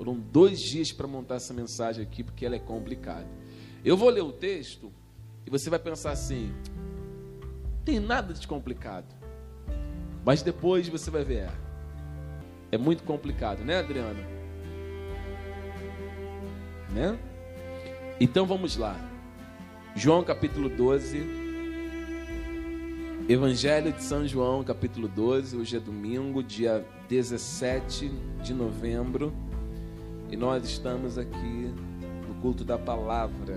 Foram 2 dias para montar essa mensagem aqui, porque ela é complicada. Eu vou ler o texto e você vai pensar assim: não tem nada de complicado. Mas depois você vai ver, é muito complicado, né, Adriana? Né? Então vamos lá. João capítulo 12. Evangelho de São João capítulo 12. Hoje é domingo, dia 17 de novembro. E nós estamos aqui no culto da palavra,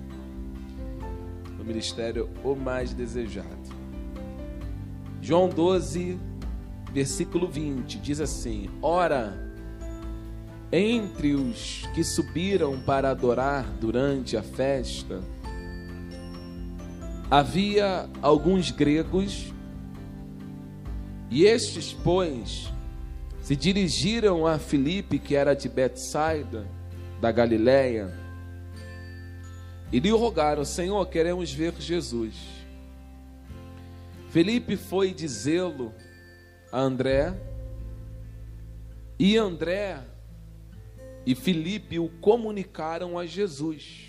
no ministério O Mais Desejado. João 12, versículo 20, diz assim: Ora, entre os que subiram para adorar durante a festa, havia alguns gregos, e estes, pois, se dirigiram a Filipe, que era de Betsaida, da Galiléia, e lhe rogaram: Senhor, queremos ver Jesus. Filipe foi dizê-lo a André, e André e Filipe o comunicaram a Jesus.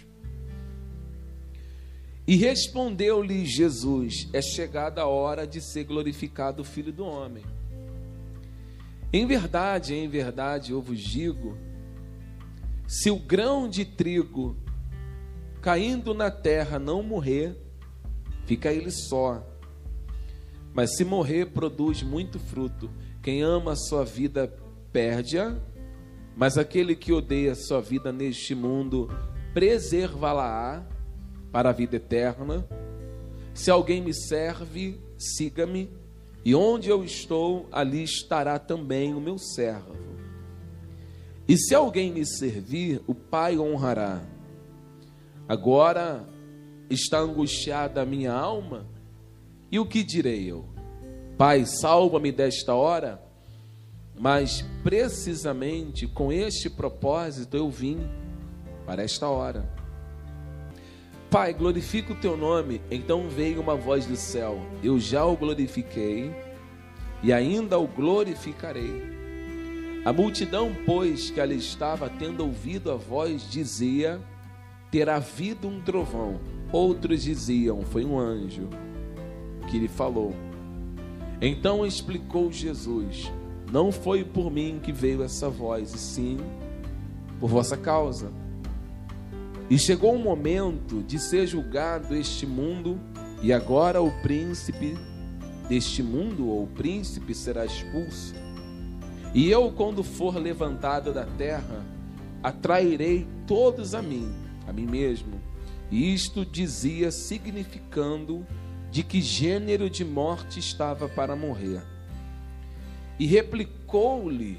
E respondeu-lhe Jesus: é chegada a hora de ser glorificado o Filho do Homem. Em verdade, eu vos digo, se o grão de trigo caindo na terra não morrer, fica ele só. Mas se morrer, produz muito fruto. Quem ama a sua vida perde-a, mas aquele que odeia a sua vida neste mundo preservá-la-á para a vida eterna. Se alguém me serve, siga-me, e onde eu estou, ali estará também o meu servo. E se alguém me servir, o Pai honrará. Agora está angustiada a minha alma, e o que direi eu? Pai, salva-me desta hora. Mas precisamente com este propósito eu vim para esta hora. Pai, glorifica o teu nome. Então veio uma voz do céu: eu já o glorifiquei e ainda o glorificarei. A multidão, pois, que ali estava, tendo ouvido a voz, dizia: terá havido um trovão. Outros diziam: foi um anjo que lhe falou. Então explicou Jesus: não foi por mim que veio essa voz, e sim por vossa causa. E chegou o momento de ser julgado este mundo, e agora o príncipe deste mundo, ou o príncipe, será expulso. E eu, quando for levantado da terra, atrairei todos a mim mesmo. E isto dizia, significando de que gênero de morte estava para morrer. E replicou-lhe,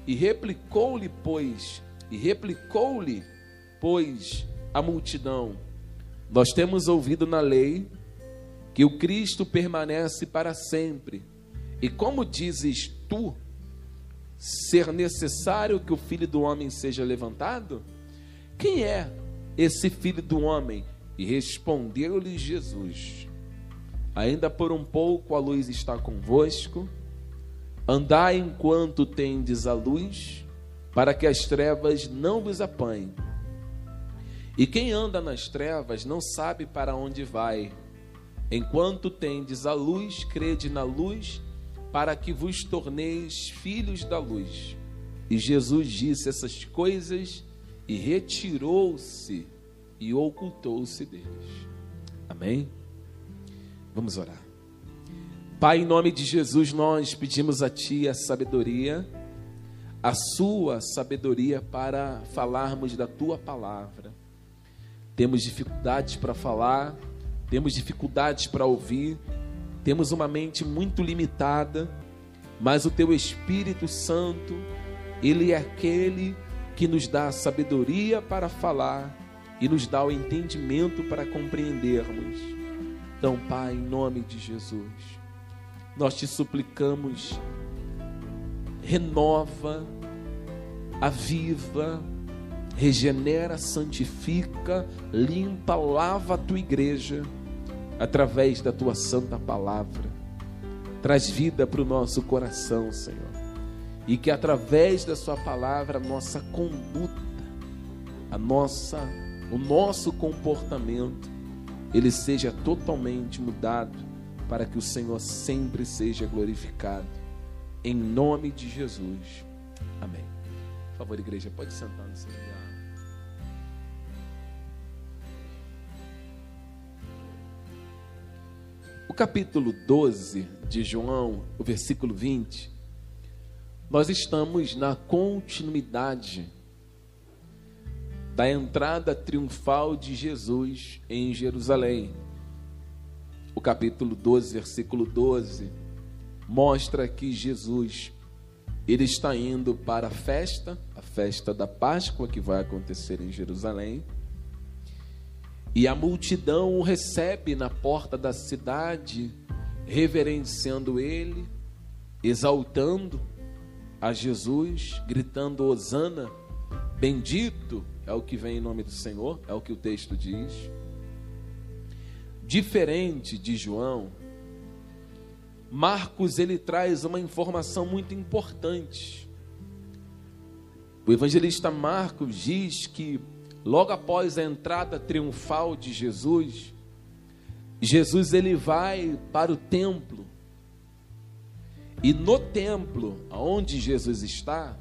pois, a multidão: nós temos ouvido na lei que o Cristo permanece para sempre. E como dizes tu ser necessário que o Filho do Homem seja levantado? Quem é esse Filho do Homem? E respondeu-lhe Jesus: ainda por um pouco a luz está convosco. Andai enquanto tendes a luz, para que as trevas não vos apanhem. E quem anda nas trevas não sabe para onde vai. Enquanto tendes a luz, crede na luz, para que vos torneis filhos da luz. E Jesus disse essas coisas e retirou-se e ocultou-se deles. Amém? Vamos orar. Pai, em nome de Jesus, nós pedimos a Ti a sabedoria, a Sua sabedoria para falarmos da Tua palavra. Temos dificuldades para falar, temos dificuldades para ouvir, temos uma mente muito limitada, mas o Teu Espírito Santo, Ele é aquele que nos dá a sabedoria para falar e nos dá o entendimento para compreendermos. Então, Pai, em nome de Jesus, nós Te suplicamos, renova, aviva, regenera, santifica, limpa, lava a Tua igreja através da Tua santa palavra. Traz vida para o nosso coração, Senhor. e que através da sua palavra a nossa conduta, o nosso comportamento, ele seja totalmente mudado, para que o Senhor sempre seja glorificado. Em nome de Jesus. Amém. Por favor, igreja, pode sentar no seu lugar. O capítulo 12 de João, o versículo 20, nós estamos na continuidade da entrada triunfal de Jesus em Jerusalém. O capítulo 12, versículo 12, mostra que Jesus, ele está indo para a festa da Páscoa, que vai acontecer em Jerusalém, e a multidão o recebe na porta da cidade, reverenciando ele, exaltando a Jesus, gritando hosana, bendito é o que vem em nome do Senhor, é o que o texto diz. Diferente de João, Marcos, ele traz uma informação muito importante. O evangelista Marcos diz que logo após a entrada triunfal de Jesus, ele vai para o templo. E no templo, onde Jesus está,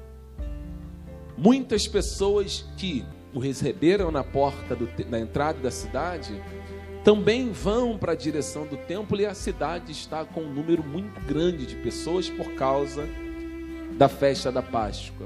muitas pessoas que o receberam na porta na entrada da cidade, também vão para a direção do templo, e a cidade está com um número muito grande de pessoas por causa da festa da Páscoa.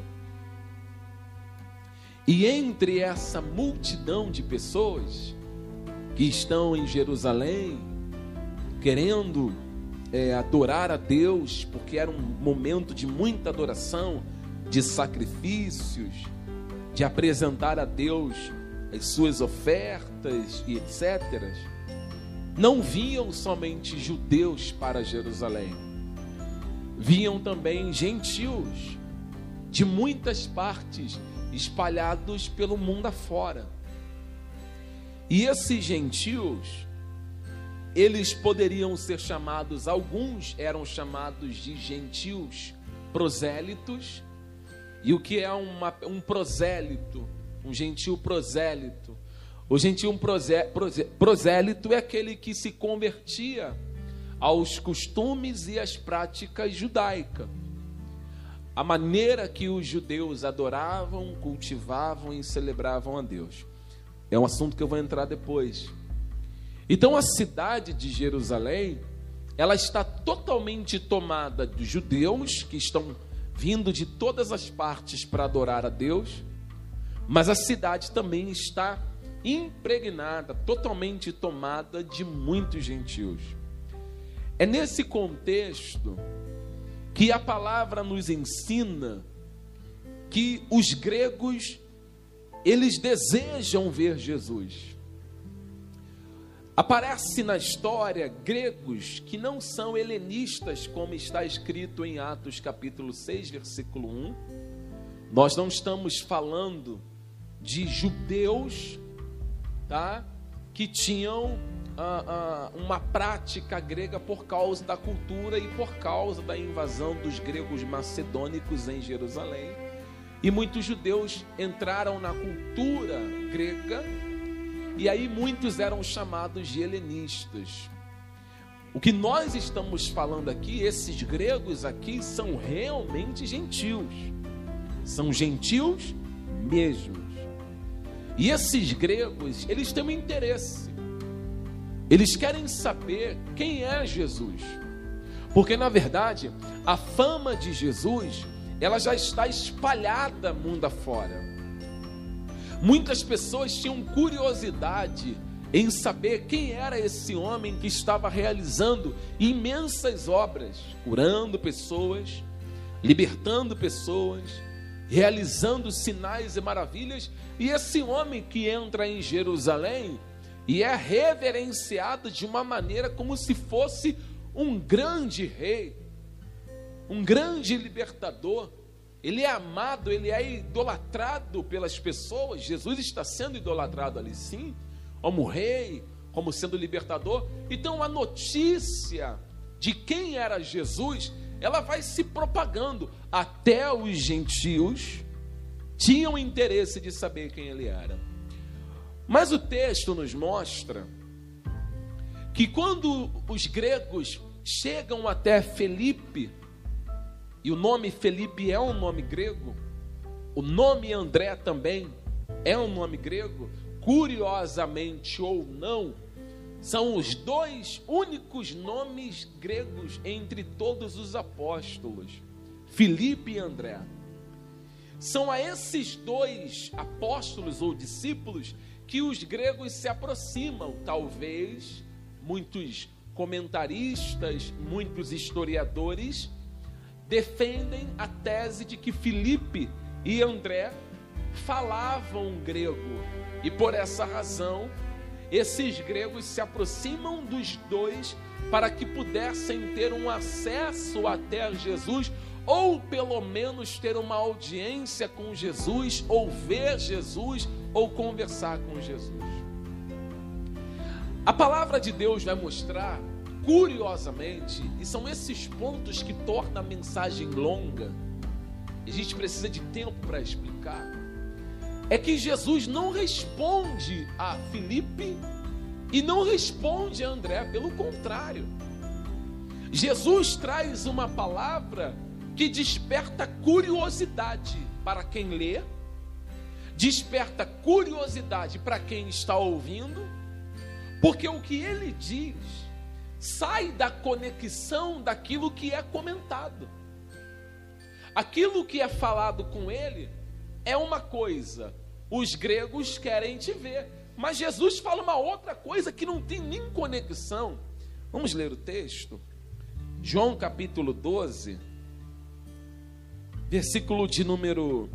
E entre essa multidão de pessoas que estão em Jerusalém, querendo adorar a Deus, porque era um momento de muita adoração, de sacrifícios, de apresentar a Deus as suas ofertas e etc., não vinham somente judeus para Jerusalém, vinham também gentios de muitas partes, espalhados pelo mundo afora. E esses gentios, eles poderiam ser chamados, alguns eram chamados de gentios prosélitos. E o que é um prosélito? Um gentio prosélito. O gentio prosélito é aquele que se convertia aos costumes e às práticas judaicas. A maneira que os judeus adoravam, cultivavam e celebravam a Deus. É um assunto que eu vou entrar depois. Então a cidade de Jerusalém, ela está totalmente tomada de judeus que estão vindo de todas as partes para adorar a Deus, mas a cidade também está impregnada, totalmente tomada de muitos gentios. É nesse contexto que a palavra nos ensina que os gregos, eles desejam ver Jesus. Aparece na história gregos que não são helenistas, como está escrito em Atos capítulo 6, versículo 1. Nós não estamos falando de judeus, tá, que tinham uma prática grega por causa da cultura e por causa da invasão dos gregos macedônicos em Jerusalém. E muitos judeus entraram na cultura grega, e aí muitos eram chamados de helenistas. O que nós estamos falando aqui, esses gregos aqui, são realmente gentios. São gentios mesmos. E esses gregos, eles têm um interesse. Eles querem saber quem é Jesus. Porque, na verdade, a fama de Jesus, ela já está espalhada mundo afora. Muitas pessoas tinham curiosidade em saber quem era esse homem que estava realizando imensas obras, curando pessoas, libertando pessoas, realizando sinais e maravilhas. E esse homem que entra em Jerusalém e é reverenciado de uma maneira como se fosse um grande rei, um grande libertador. Ele é amado, ele é idolatrado pelas pessoas. Jesus está sendo idolatrado ali, sim, como rei, como sendo libertador. Então a notícia de quem era Jesus ela vai se propagando. Até os gentios tinham interesse de saber quem ele era. Mas o texto nos mostra que quando os gregos chegam até Filipe, e o nome Filipe é um nome grego, o nome André também é um nome grego, curiosamente ou não, são os dois únicos nomes gregos entre todos os apóstolos, Filipe e André. São a esses dois apóstolos ou discípulos que os gregos se aproximam. Talvez muitos comentaristas, muitos historiadores defendem a tese de que Filipe e André falavam grego, e por essa razão esses gregos se aproximam dos dois para que pudessem ter um acesso até Jesus, ou pelo menos ter uma audiência com Jesus, ou ver Jesus, ou conversar com Jesus. A palavra de Deus vai mostrar, curiosamente, e são esses pontos que tornam a mensagem longa, a gente precisa de tempo para explicar, é que Jesus não responde a Filipe e não responde a André, pelo contrário. Jesus traz uma palavra que desperta curiosidade para quem lê, desperta curiosidade para quem está ouvindo, porque o que ele diz sai da conexão daquilo que é comentado. Aquilo que é falado com ele é uma coisa, os gregos querem te ver, mas Jesus fala uma outra coisa que não tem nem conexão. Vamos ler o texto? João capítulo 12, versículo de número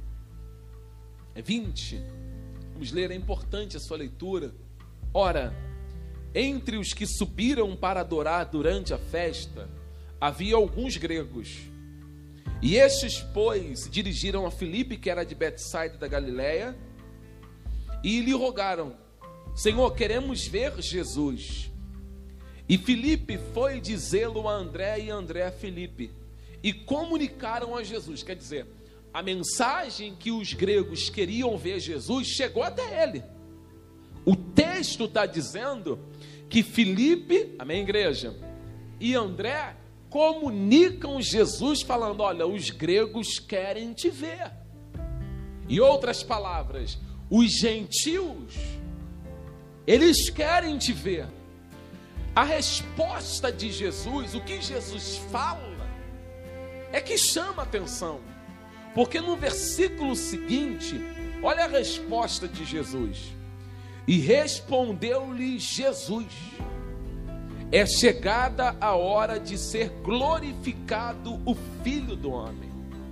20. Vamos ler, é importante a sua leitura. Ora, entre os que subiram para adorar durante a festa, havia alguns gregos. E estes, pois, se dirigiram a Filipe, que era de Betsaida da Galileia, e lhe rogaram: Senhor, queremos ver Jesus. E Filipe foi dizê-lo a André, e André a Filipe, e comunicaram a Jesus. Quer dizer, a mensagem que os gregos queriam ver Jesus chegou até ele. O texto está dizendo que Filipe, amém, igreja, e André comunicam Jesus falando: olha, os gregos querem te ver. Em outras palavras, os gentios, eles querem te ver. A resposta de Jesus, o que Jesus fala, é que chama a atenção, porque no versículo seguinte, olha a resposta de Jesus. E respondeu-lhe Jesus: é chegada a hora de ser glorificado o Filho do Homem.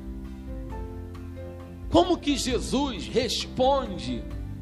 Como que Jesus responde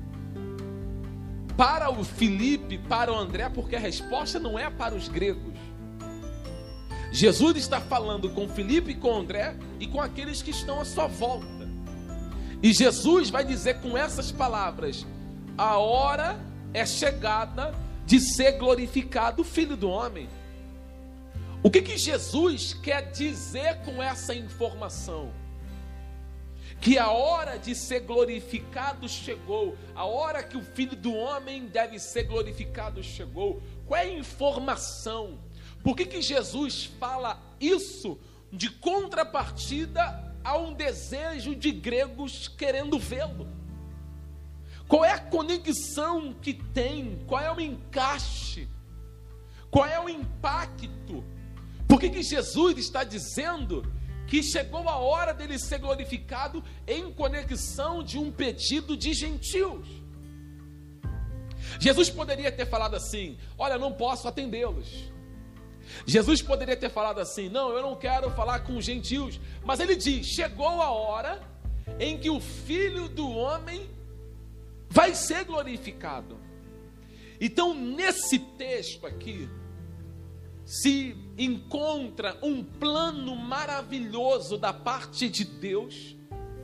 para o Filipe, para o André? Porque a resposta não é para os gregos. Jesus está falando com Filipe, com André e com aqueles que estão à sua volta. E Jesus vai dizer com essas palavras: a hora é chegada de ser glorificado o Filho do Homem. O que Jesus quer dizer com essa informação? Que a hora de ser glorificado chegou, a hora que o Filho do Homem deve ser glorificado chegou. Qual é a informação? Por que Jesus fala isso de contrapartida a um desejo de gregos querendo vê-lo? Qual é a conexão que tem? Qual é o encaixe? Qual é o impacto? Por que Jesus está dizendo que chegou a hora dele ser glorificado em conexão de um pedido de gentios? Jesus poderia ter falado assim: olha, não posso atendê-los. Jesus poderia ter falado assim: não, eu não quero falar com os gentios. Mas ele diz: chegou a hora em que o Filho do Homem vai ser glorificado. Então, nesse texto aqui, se encontra um plano maravilhoso da parte de Deus,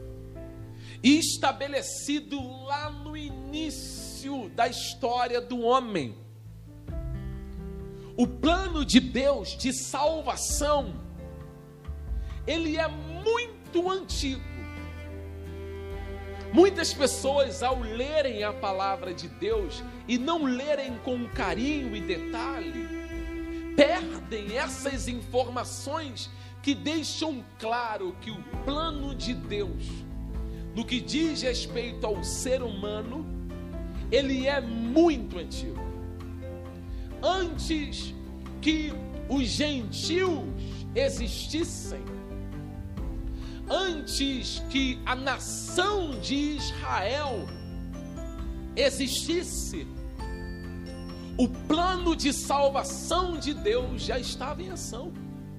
estabelecido lá no início da história do homem. O plano de Deus de salvação ele é muito antigo. Muitas pessoas, ao lerem a palavra de Deus e não lerem com carinho e detalhe, perdem essas informações que deixam claro que o plano de Deus, no que diz respeito ao ser humano, ele é muito antigo. Antes que os gentios existissem, antes que a nação de Israel existisse, o plano de salvação de Deus já estava em ação.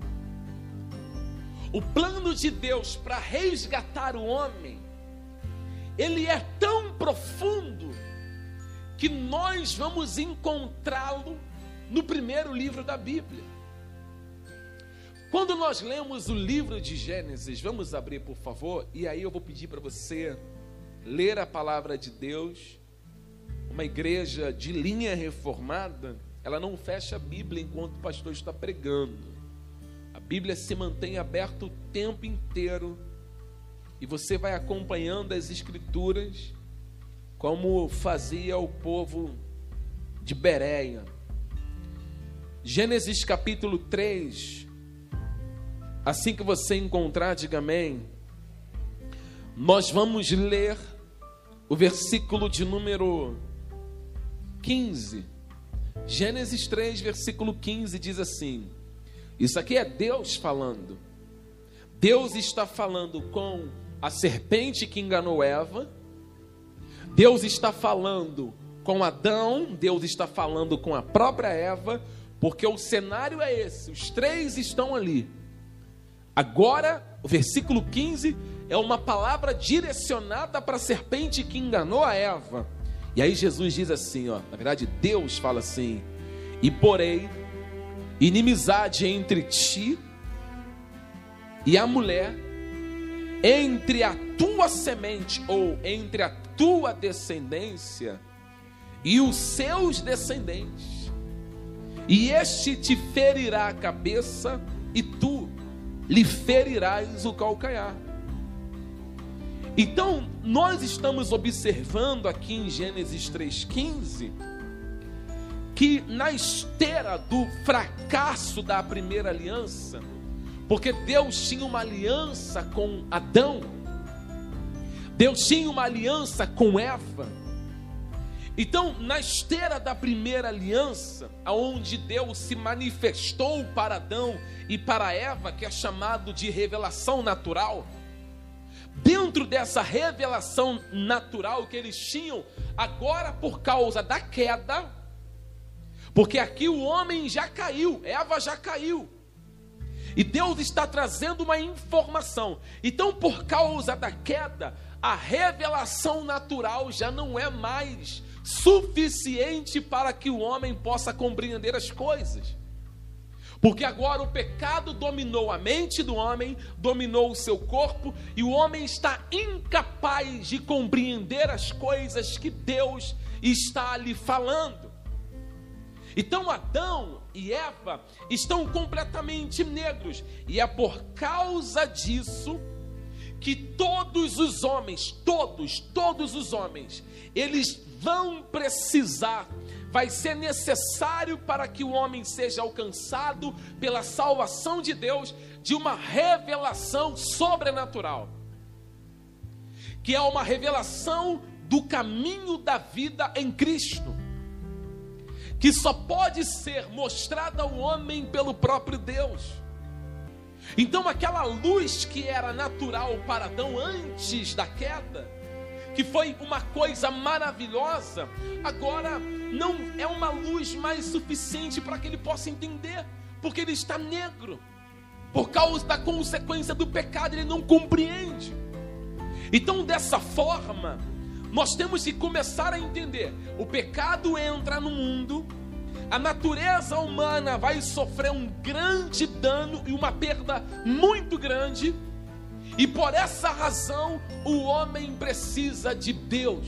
O plano de Deus para resgatar o homem, ele é tão profundo que nós vamos encontrá-lo no primeiro livro da Bíblia. Quando nós lemos o livro de Gênesis, vamos abrir, por favor, e aí eu vou pedir para você ler a palavra de Deus. Uma igreja de linha reformada, ela não fecha a Bíblia enquanto o pastor está pregando. A Bíblia se mantém aberta o tempo inteiro e você vai acompanhando as Escrituras como fazia o povo de Bereia. Gênesis capítulo 3, assim que você encontrar, diga amém. Nós vamos ler o versículo de número 15. Gênesis 3, versículo 15 diz assim: isso aqui é Deus falando. Deus está falando com a serpente que enganou Eva. Deus está falando com Adão. Deus está falando com a própria Eva. Porque o cenário é esse. Os três estão ali. Agora, o versículo 15 é uma palavra direcionada para a serpente que enganou a Eva. E aí Jesus diz assim, ó, na verdade Deus fala assim: e porém inimizade entre ti e a mulher, entre a tua semente, ou entre a tua descendência e os seus descendentes, e este te ferirá a cabeça e tu lhe ferirás o calcanhar. Então nós estamos observando aqui em Gênesis 3,15 que na esteira do fracasso da primeira aliança, porque Deus tinha uma aliança com Adão, Deus tinha uma aliança com Eva. Então, na esteira da primeira aliança, aonde Deus se manifestou para Adão e para Eva, que é chamado de revelação natural, dentro dessa revelação natural que eles tinham, agora por causa da queda, porque aqui o homem já caiu, Eva já caiu, e Deus está trazendo uma informação. Então, por causa da queda, a revelação natural já não é mais suficiente para que o homem possa compreender as coisas, porque agora o pecado dominou a mente do homem, dominou o seu corpo, e o homem está incapaz de compreender as coisas que Deus está lhe falando. Então Adão e Eva estão completamente negros, e é por causa disso que todos os homens, todos os homens, eles vão precisar, vai ser necessário para que o homem seja alcançado pela salvação de Deus, de uma revelação sobrenatural, que é uma revelação do caminho da vida em Cristo, que só pode ser mostrada ao homem pelo próprio Deus. Então aquela luz que era natural para Adão antes da queda, que foi uma coisa maravilhosa, agora não é uma luz mais suficiente para que ele possa entender, porque ele está negro, por causa da consequência do pecado, ele não compreende. Então dessa forma, nós temos que começar a entender: o pecado entra no mundo, a natureza humana vai sofrer um grande dano e uma perda muito grande, e por essa razão o homem precisa de Deus,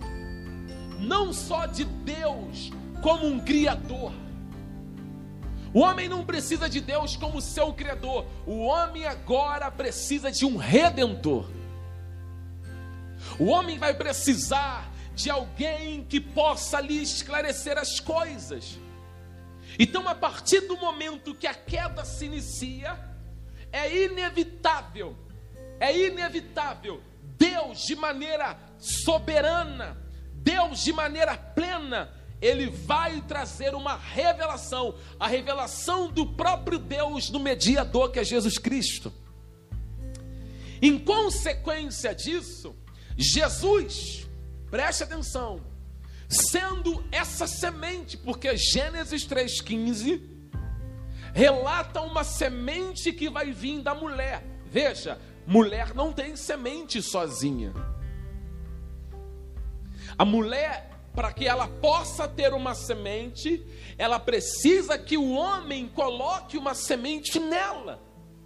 não só de Deus como um criador. O homem não precisa de Deus como seu criador. O homem agora precisa de um redentor. O homem vai precisar de alguém que possa lhe esclarecer as coisas. Então, a partir do momento que a queda se inicia, é inevitável, Deus de maneira soberana, Deus de maneira plena, Ele vai trazer uma revelação, a revelação do próprio Deus no mediador que é Jesus Cristo. Em consequência disso, Jesus, preste atenção, sendo essa semente, porque Gênesis 3,15 relata uma semente que vai vir da mulher. Veja, mulher não tem semente sozinha. A mulher, para que ela possa ter uma semente, ela precisa que o homem coloque uma semente nela,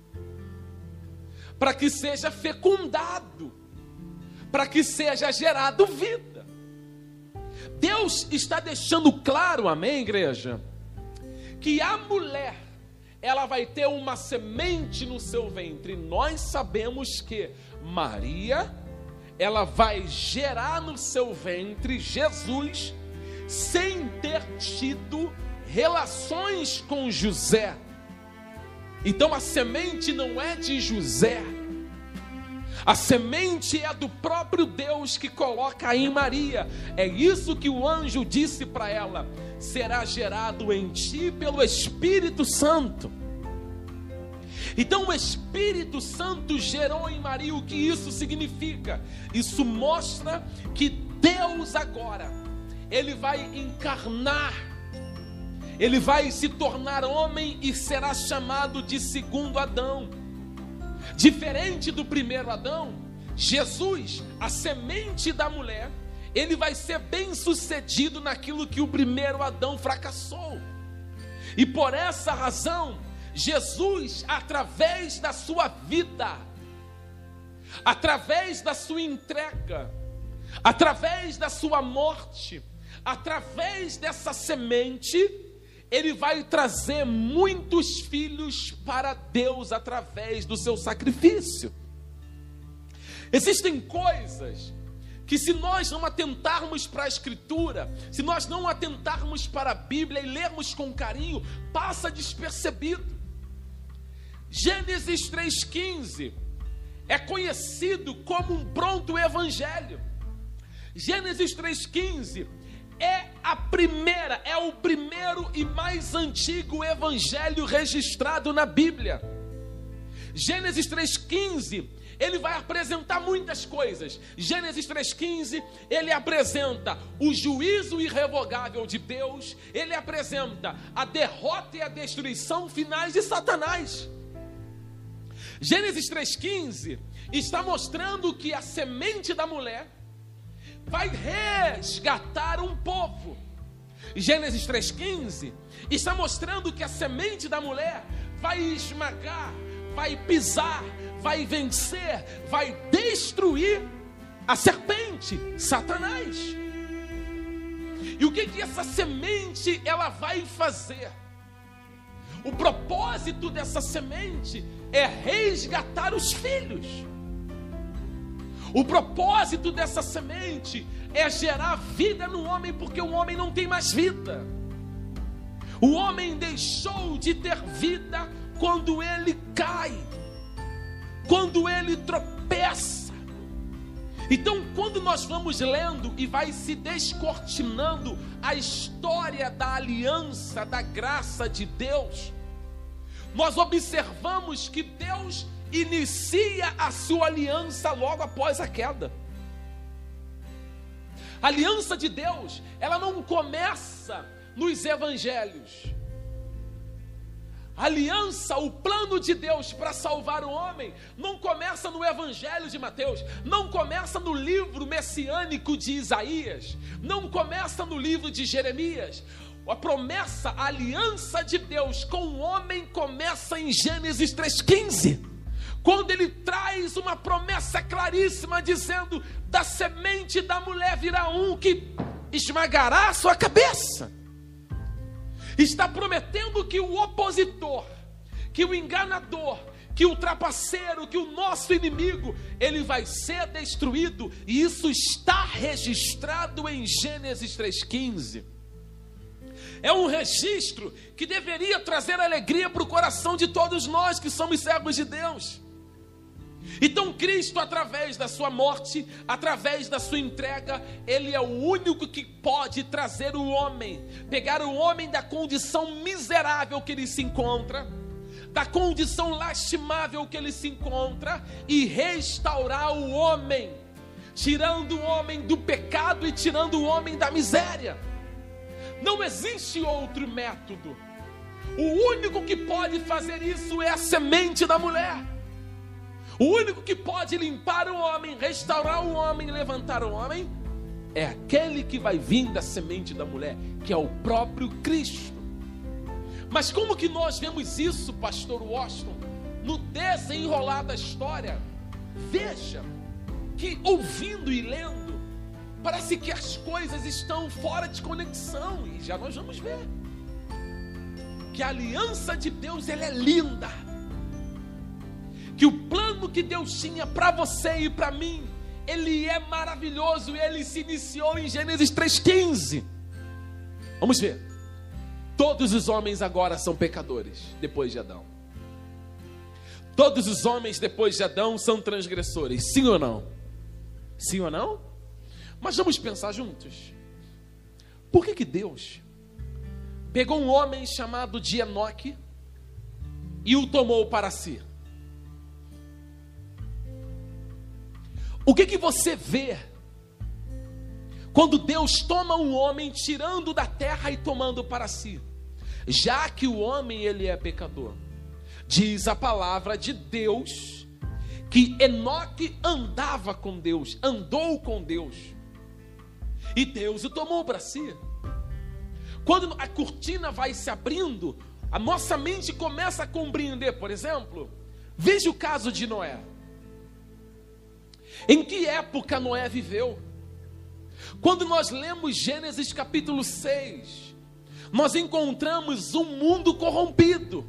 para que seja fecundado, para que seja gerado vida. Deus está deixando claro, amém, igreja, que a mulher, ela vai ter uma semente no seu ventre. Nós sabemos que Maria, ela vai gerar no seu ventre Jesus, sem ter tido relações com José. Então a semente não é de José, a semente é do próprio Deus que coloca em Maria. É isso que o anjo disse para ela: será gerado em ti pelo Espírito Santo. Então o Espírito Santo gerou em Maria. O que isso significa? Isso mostra que Deus agora, Ele vai encarnar, Ele vai se tornar homem e será chamado de segundo Adão. Diferente do primeiro Adão, Jesus, a semente da mulher, ele vai ser bem sucedido naquilo que o primeiro Adão fracassou. E por essa razão, Jesus, através da sua vida, através da sua entrega, através da sua morte, através dessa semente, Ele vai trazer muitos filhos para Deus através do seu sacrifício. Existem coisas que, se nós não atentarmos para a Escritura, se nós não atentarmos para a Bíblia e lermos com carinho, passa despercebido. Gênesis 3,15 é conhecido como um pronto evangelho. Gênesis 3,15 é o primeiro e mais antigo evangelho registrado na Bíblia. Gênesis 3,15, ele vai apresentar muitas coisas. Gênesis 3,15, ele apresenta o juízo irrevogável de Deus, ele apresenta a derrota e a destruição finais de Satanás. Gênesis 3,15 está mostrando que a semente da mulher vai resgatar um povo. Gênesis 3,15 está mostrando que a semente da mulher vai esmagar, vai pisar, vai vencer, vai destruir a serpente, Satanás. E o que essa semente ela vai fazer? O propósito dessa semente é resgatar os filhos. O propósito dessa semente é gerar vida no homem, porque o homem não tem mais vida. O homem deixou de ter vida quando ele cai, quando ele tropeça. Então, quando nós vamos lendo e vai se descortinando a história da aliança, da graça de Deus, nós observamos que Deus inicia a sua aliança logo após a queda. A aliança de Deus, ela não começa nos evangelhos. A aliança, o plano de Deus para salvar o homem, não começa no evangelho de Mateus, não começa no livro messiânico de Isaías, não começa no livro de Jeremias. A promessa, a aliança de Deus com o homem começa em Gênesis 3,15. Quando ele traz uma promessa claríssima, dizendo: da semente da mulher virá um que esmagará a sua cabeça. está prometendo que o opositor, que o enganador, que o trapaceiro, que o nosso inimigo, ele vai ser destruído, e isso está registrado em Gênesis 3,15. É um registro que deveria trazer alegria para o coração de todos nós que somos servos de Deus. Então Cristo, através da sua morte, através da sua entrega, Ele é o único que pode trazer o homem, pegar o homem da condição miserável que ele se encontra, da condição lastimável que ele se encontra, e restaurar o homem, tirando o homem do pecado e tirando o homem da miséria. Não existe outro método. O único que pode fazer isso é a semente da mulher. O único que pode limpar o homem, restaurar o homem, levantar o homem, é aquele que vai vir da semente da mulher, que é o próprio Cristo. Mas como que nós vemos isso, pastor Washington, no desenrolar da história? Veja que, ouvindo e lendo, parece que as coisas estão fora de conexão, e já nós vamos ver que a aliança de Deus, ela é linda, que o plano que Deus tinha para você e para mim, ele é maravilhoso, e ele se iniciou em Gênesis 3,15. Vamos ver. Todos os homens agora são pecadores, depois de Adão. Todos os homens depois de Adão são transgressores, sim ou não? Sim ou não? Mas vamos pensar juntos. Por que Deus pegou um homem chamado de Enoque e o tomou para si? O que você vê quando Deus toma um homem, tirando da terra e tomando para si? Já que o homem, ele é pecador, diz a palavra de Deus que Enoque andava com Deus, andou com Deus, e Deus o tomou para si. Quando a cortina vai se abrindo, a nossa mente começa a compreender. Por exemplo, veja o caso de Noé. Em que época Noé viveu? Quando nós lemos Gênesis capítulo 6, nós encontramos um mundo corrompido.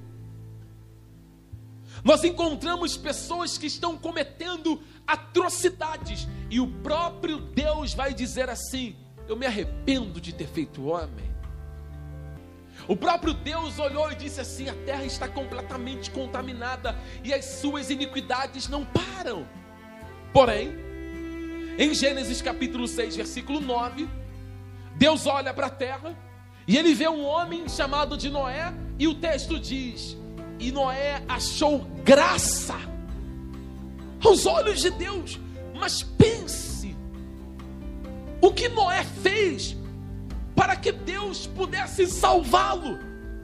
Nós encontramos pessoas que estão cometendo atrocidades, e o próprio Deus vai dizer assim: eu me arrependo de ter feito o homem. O próprio Deus olhou e disse assim: a terra está completamente contaminada e as suas iniquidades não param. Porém, em Gênesis capítulo 6, versículo 9, Deus olha para a terra e ele vê um homem chamado de Noé, e o texto diz: e Noé achou graça aos olhos de Deus. Mas pense, o que Noé fez para que Deus pudesse salvá-lo,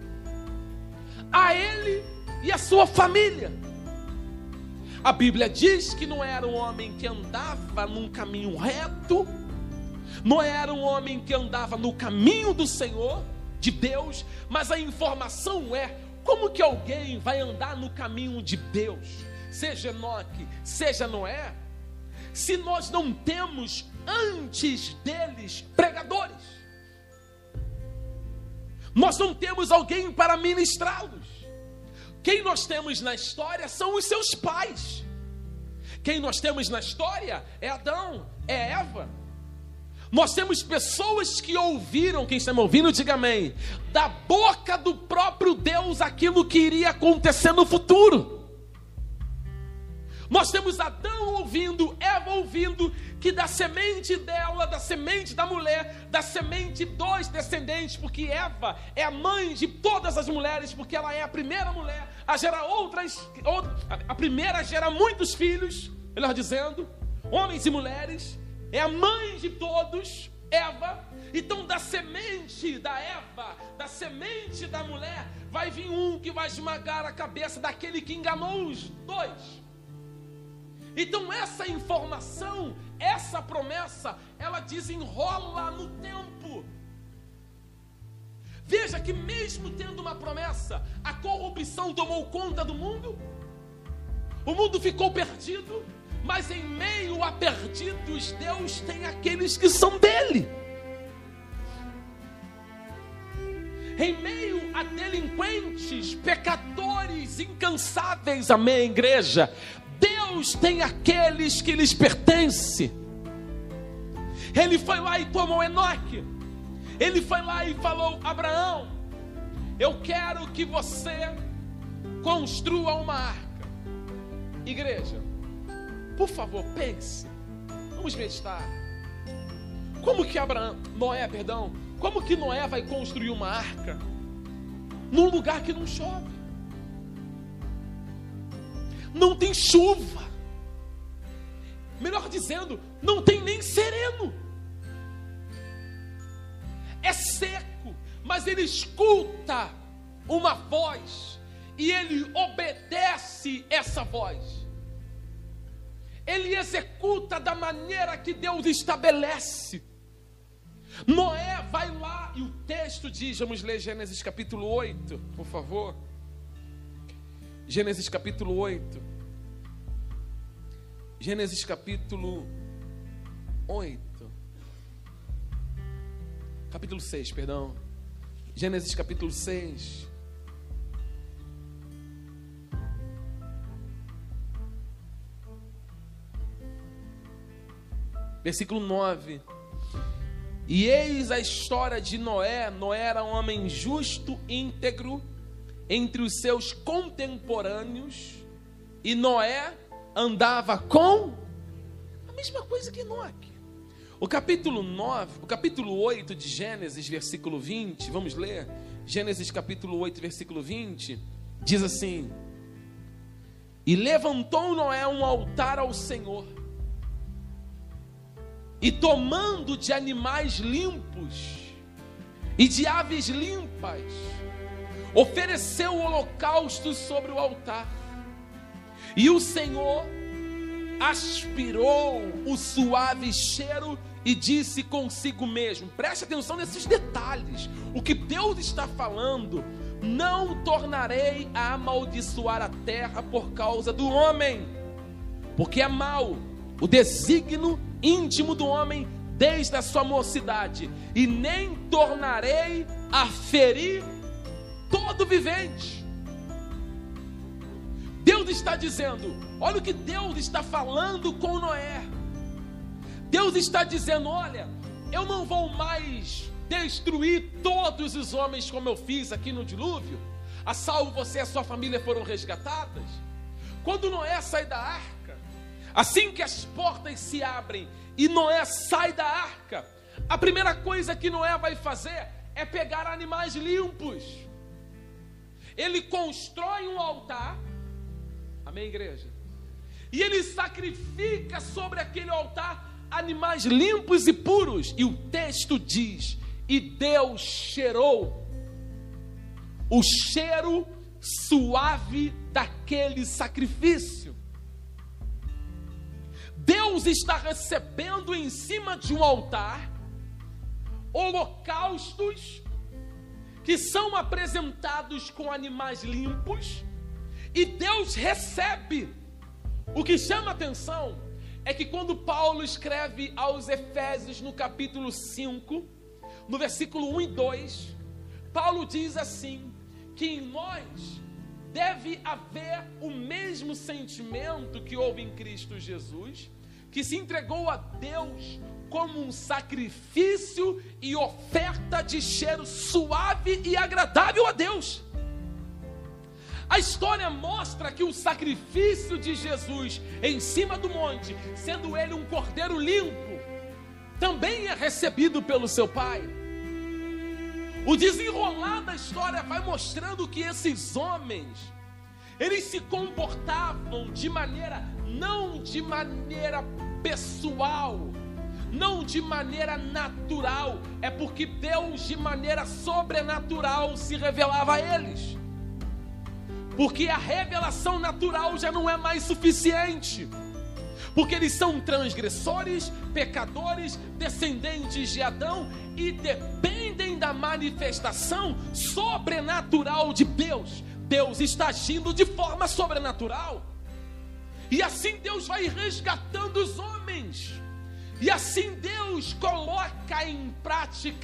a ele e a sua família. A Bíblia diz que Noé era um homem que andava num caminho reto, Noé era um homem que andava no caminho do Senhor, de Deus. Mas a informação é: como que alguém vai andar no caminho de Deus, seja Enoque, seja Noé, se nós não temos antes deles pregadores? Nós não temos alguém para ministrá-los. Quem nós temos na história são os seus pais. Quem nós temos na história é Adão, é Eva. Nós temos pessoas que ouviram, quem está me ouvindo, diga amém, da boca do próprio Deus aquilo que iria acontecer no futuro. Nós temos Adão ouvindo, Eva ouvindo, que da semente dela, da semente da mulher, da semente dos descendentes, porque Eva é a mãe de todas as mulheres, porque ela é a primeira mulher a gerar a primeira a gerar muitos filhos, melhor dizendo, homens e mulheres, é a mãe de todos, Eva. Então da semente da Eva, da semente da mulher, vai vir um que vai esmagar a cabeça daquele que enganou os dois. Então essa informação, essa promessa, ela desenrola no tempo. Veja que mesmo tendo uma promessa, a corrupção tomou conta do mundo, o mundo ficou perdido, mas em meio a perdidos, Deus tem aqueles que são dele. em meio a delinquentes, pecadores incansáveis, amém, igreja, Deus tem aqueles que lhes pertencem. Ele foi lá e tomou Enoque. Ele foi lá e falou: Abraão, eu quero que você construa uma arca. Igreja, por favor, pense. Vamos meditar. Como que Como que Noé vai construir uma arca num lugar que não chove? Não tem chuva. Melhor dizendo, não tem nem sereno. É seco, mas ele escuta uma voz e ele obedece essa voz. Ele executa da maneira que Deus estabelece. Noé vai lá e o texto diz, vamos ler Gênesis capítulo 8, por favor. Gênesis capítulo 8. Gênesis capítulo 8. Capítulo 6, perdão. Gênesis capítulo 6. Versículo 9. E eis a história de Noé. Noé era um homem justo, íntegro, entre os seus contemporâneos. E Noé andava com a mesma coisa que Enoque. O capítulo 8 de Gênesis, versículo 20, vamos ler. Gênesis capítulo 8, versículo 20, diz assim: E levantou Noé um altar ao Senhor, e tomando de animais limpos e de aves limpas, ofereceu holocaustos sobre o altar. E o Senhor aspirou o suave cheiro e disse consigo mesmo, preste atenção nesses detalhes, o que Deus está falando: não tornarei a amaldiçoar a terra por causa do homem, porque é mau o desígnio íntimo do homem desde a sua mocidade, e nem tornarei a ferir todo vivente. Deus está dizendo, olha o que Deus está falando com Noé. Deus está dizendo: olha, eu não vou mais destruir todos os homens como eu fiz aqui no dilúvio, a salvo você e a sua família foram resgatadas. Quando Noé sai da arca, assim que as portas se abrem e Noé sai da arca, a primeira coisa que Noé vai fazer é pegar animais limpos. Ele constrói um altar, amém, igreja? E ele sacrifica sobre aquele altar animais limpos e puros. E o texto diz: e Deus cheirou o cheiro suave daquele sacrifício. Deus está recebendo em cima de um altar holocaustos que são apresentados com animais limpos, e Deus recebe. O que chama atenção é que quando Paulo escreve aos Efésios no capítulo 5, no versículo 1 e 2, Paulo diz assim, que em nós deve haver o mesmo sentimento que houve em Cristo Jesus, que se entregou a Deus como um sacrifício e oferta de cheiro suave e agradável a Deus. A história mostra que o sacrifício de Jesus em cima do monte, sendo ele um cordeiro limpo, também é recebido pelo seu Pai. O desenrolar da história vai mostrando que esses homens, eles se comportavam de maneira, não de maneira pessoal, não de maneira natural, é porque Deus de maneira sobrenatural se revelava a eles. Porque a revelação natural já não é mais suficiente. Porque eles são transgressores, pecadores, descendentes de Adão e dependem da manifestação sobrenatural de Deus. Deus está agindo de forma sobrenatural. E assim Deus vai resgatando os homens. E assim Deus coloca em prática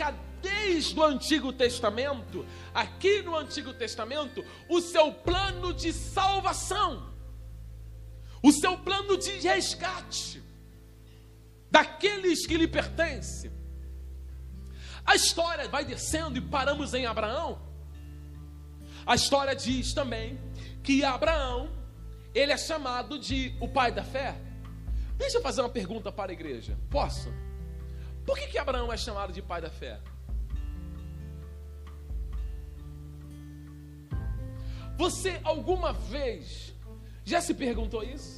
desde o Antigo Testamento, aqui no Antigo Testamento, o seu plano de salvação, o seu plano de resgate daqueles que lhe pertencem. A história vai descendo e paramos em Abraão. A história diz também que Abraão, ele é chamado de o pai da fé. Deixa eu fazer uma pergunta para a igreja. Posso? Por que Abraão é chamado de pai da fé? Você alguma vez já se perguntou isso?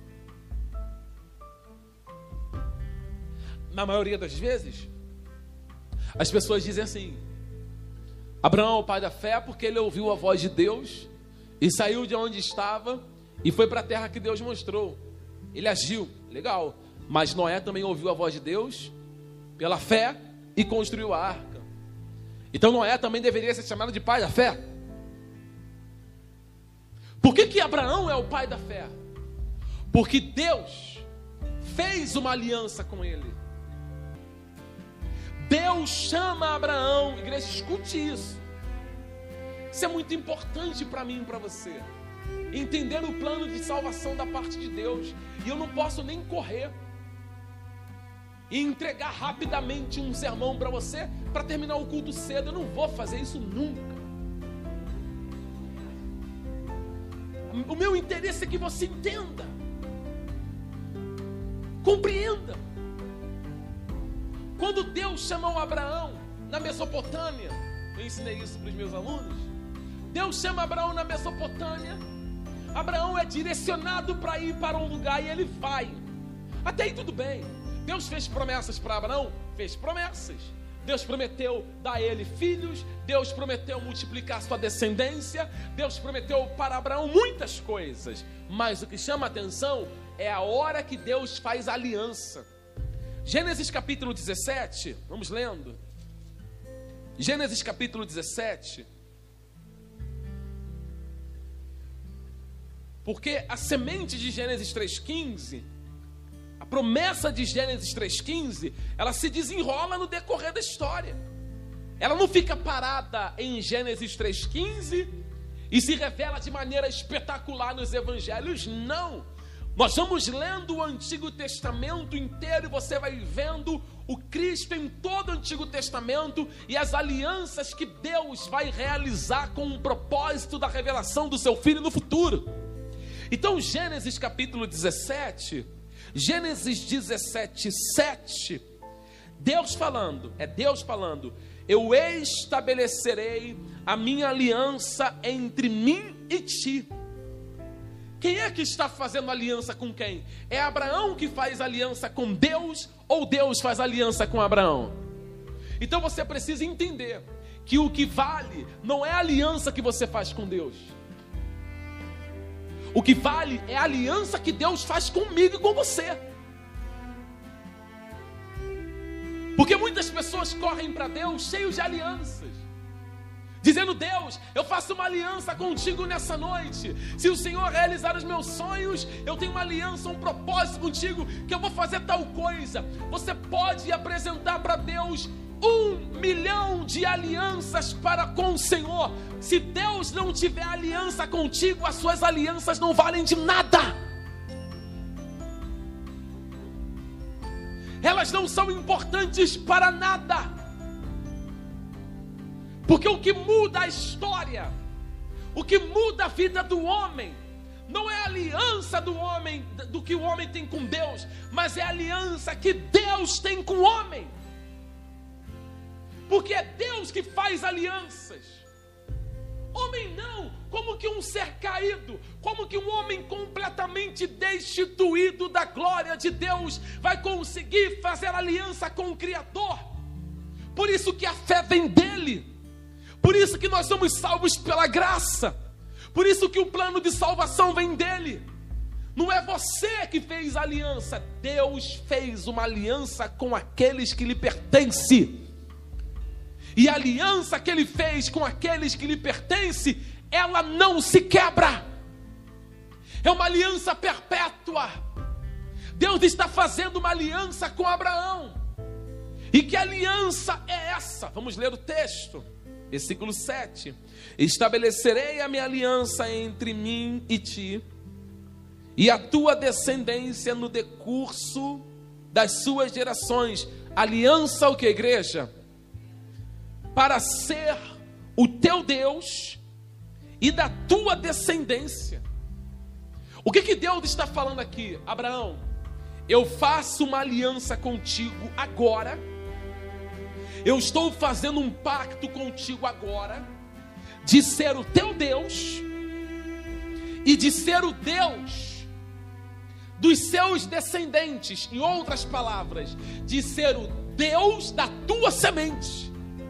Na maioria das vezes, as pessoas dizem assim: Abraão é o pai da fé porque ele ouviu a voz de Deus e saiu de onde estava e foi para a terra que Deus mostrou. Ele agiu, legal. Mas Noé também ouviu a voz de Deus pela fé e construiu a arca. Então Noé também deveria ser chamado de pai da fé. Por que Abraão é o pai da fé? Porque Deus fez uma aliança com ele. Deus chama Abraão. Igreja, escute isso. Isso é muito importante para mim e para você. Entender o plano de salvação da parte de Deus. E eu não posso nem correr e entregar rapidamente um sermão para você para terminar o culto cedo. Eu não vou fazer isso nunca. O meu interesse é que você entenda, compreenda. Quando Deus chamou Abraão na Mesopotâmia, eu ensinei isso para os meus alunos. Deus chama Abraão na Mesopotâmia. Abraão é direcionado para ir para um lugar e ele vai. Até aí tudo bem. Deus fez promessas para Abraão? Fez promessas. Deus prometeu dar a ele filhos. Deus prometeu multiplicar sua descendência. Deus prometeu para Abraão muitas coisas. Mas o que chama a atenção é a hora que Deus faz aliança. Gênesis capítulo 17, vamos lendo. Gênesis capítulo 17. Porque a semente de Gênesis 3,15, a promessa de Gênesis 3,15, ela se desenrola no decorrer da história. Ela não fica parada em Gênesis 3,15 e se revela de maneira espetacular nos evangelhos, não. Nós vamos lendo o Antigo Testamento inteiro e você vai vendo o Cristo em todo o Antigo Testamento e as alianças que Deus vai realizar com o propósito da revelação do seu Filho no futuro. Então Gênesis capítulo 17, Gênesis 17, 7, Deus falando, eu estabelecerei a minha aliança entre mim e ti. Quem é que está fazendo aliança com quem? É Abraão que faz aliança com Deus ou Deus faz aliança com Abraão? Então você precisa entender que o que vale não é a aliança que você faz com Deus. O que vale é a aliança que Deus faz comigo e com você. Porque muitas pessoas correm para Deus cheios de alianças, dizendo: Deus, eu faço uma aliança contigo nessa noite. Se o Senhor realizar os meus sonhos, eu tenho uma aliança, um propósito contigo, que eu vou fazer tal coisa. Você pode apresentar para Deus 1 milhão de alianças para com o Senhor. Se Deus não tiver aliança contigo, as suas alianças não valem de nada. Elas não são importantes para nada. Porque o que muda a história, o que muda a vida do homem, não é a aliança do homem, do que o homem tem com Deus, mas é a aliança que Deus tem com o homem. Porque é Deus que faz alianças. Homem não, como que um ser caído, como que um homem completamente destituído da glória de Deus vai conseguir fazer aliança com o Criador? Por isso que a fé vem dele. Por isso que nós somos salvos pela graça. Por isso que o plano de salvação vem dele. Não é você que fez a aliança. Deus fez uma aliança com aqueles que lhe pertencem. E a aliança que ele fez com aqueles que lhe pertencem, ela não se quebra. É uma aliança perpétua. Deus está fazendo uma aliança com Abraão. E que aliança é essa? Vamos ler o texto. Versículo 7. Estabelecerei a minha aliança entre mim e ti, e a tua descendência no decurso das suas gerações. Aliança o que, igreja? Para ser o teu Deus e da tua descendência. O que Deus está falando aqui? Abraão, eu faço uma aliança contigo agora. Eu estou fazendo um pacto contigo agora, de ser o teu Deus e de ser o Deus dos seus descendentes. Em outras palavras, de ser o Deus da tua semente.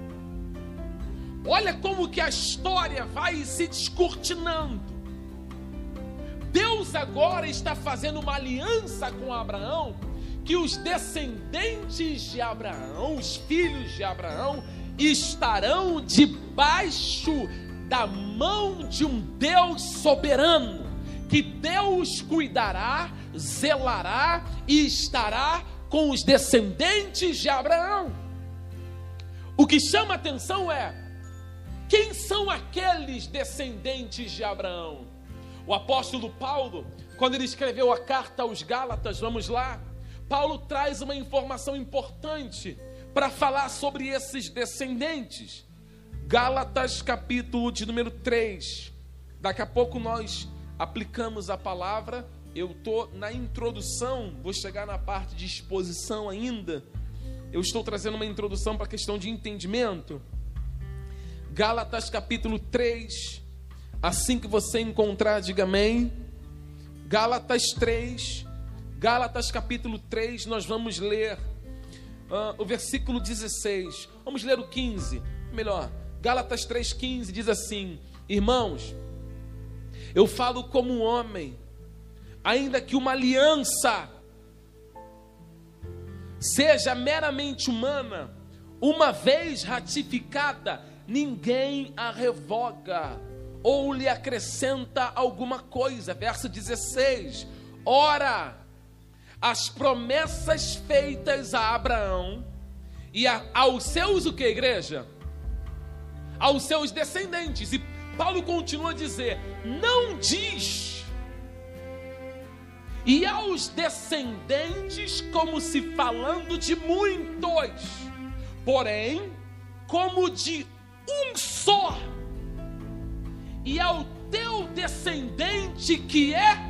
Olha como que a história vai se descortinando. Deus agora está fazendo uma aliança com Abraão, que os descendentes de Abraão, os filhos de Abraão, estarão debaixo da mão de um Deus soberano, que Deus cuidará, zelará e estará com os descendentes de Abraão. O que chama atenção é, quem são aqueles descendentes de Abraão? O apóstolo Paulo, quando ele escreveu a carta aos Gálatas, vamos lá, Paulo traz uma informação importante para falar sobre esses descendentes. Gálatas capítulo de número 3. Daqui a pouco nós aplicamos a palavra. Eu estou na introdução, vou chegar na parte de exposição ainda. Eu estou trazendo uma introdução para a questão de entendimento. Gálatas capítulo 3. Assim que você encontrar, diga amém. Gálatas 3. Gálatas capítulo 3, nós vamos ler o versículo 16. Vamos ler o 15. Melhor, Gálatas 3,15 diz assim: irmãos, eu falo como homem, ainda que uma aliança seja meramente humana, uma vez ratificada, ninguém a revoga ou lhe acrescenta alguma coisa. Verso 16. Ora, as promessas feitas a Abraão e aos seus, o que, igreja? Aos seus descendentes. E Paulo continua a dizer, não diz, e aos descendentes, como se falando de muitos, porém, como de um só, e ao teu descendente que é.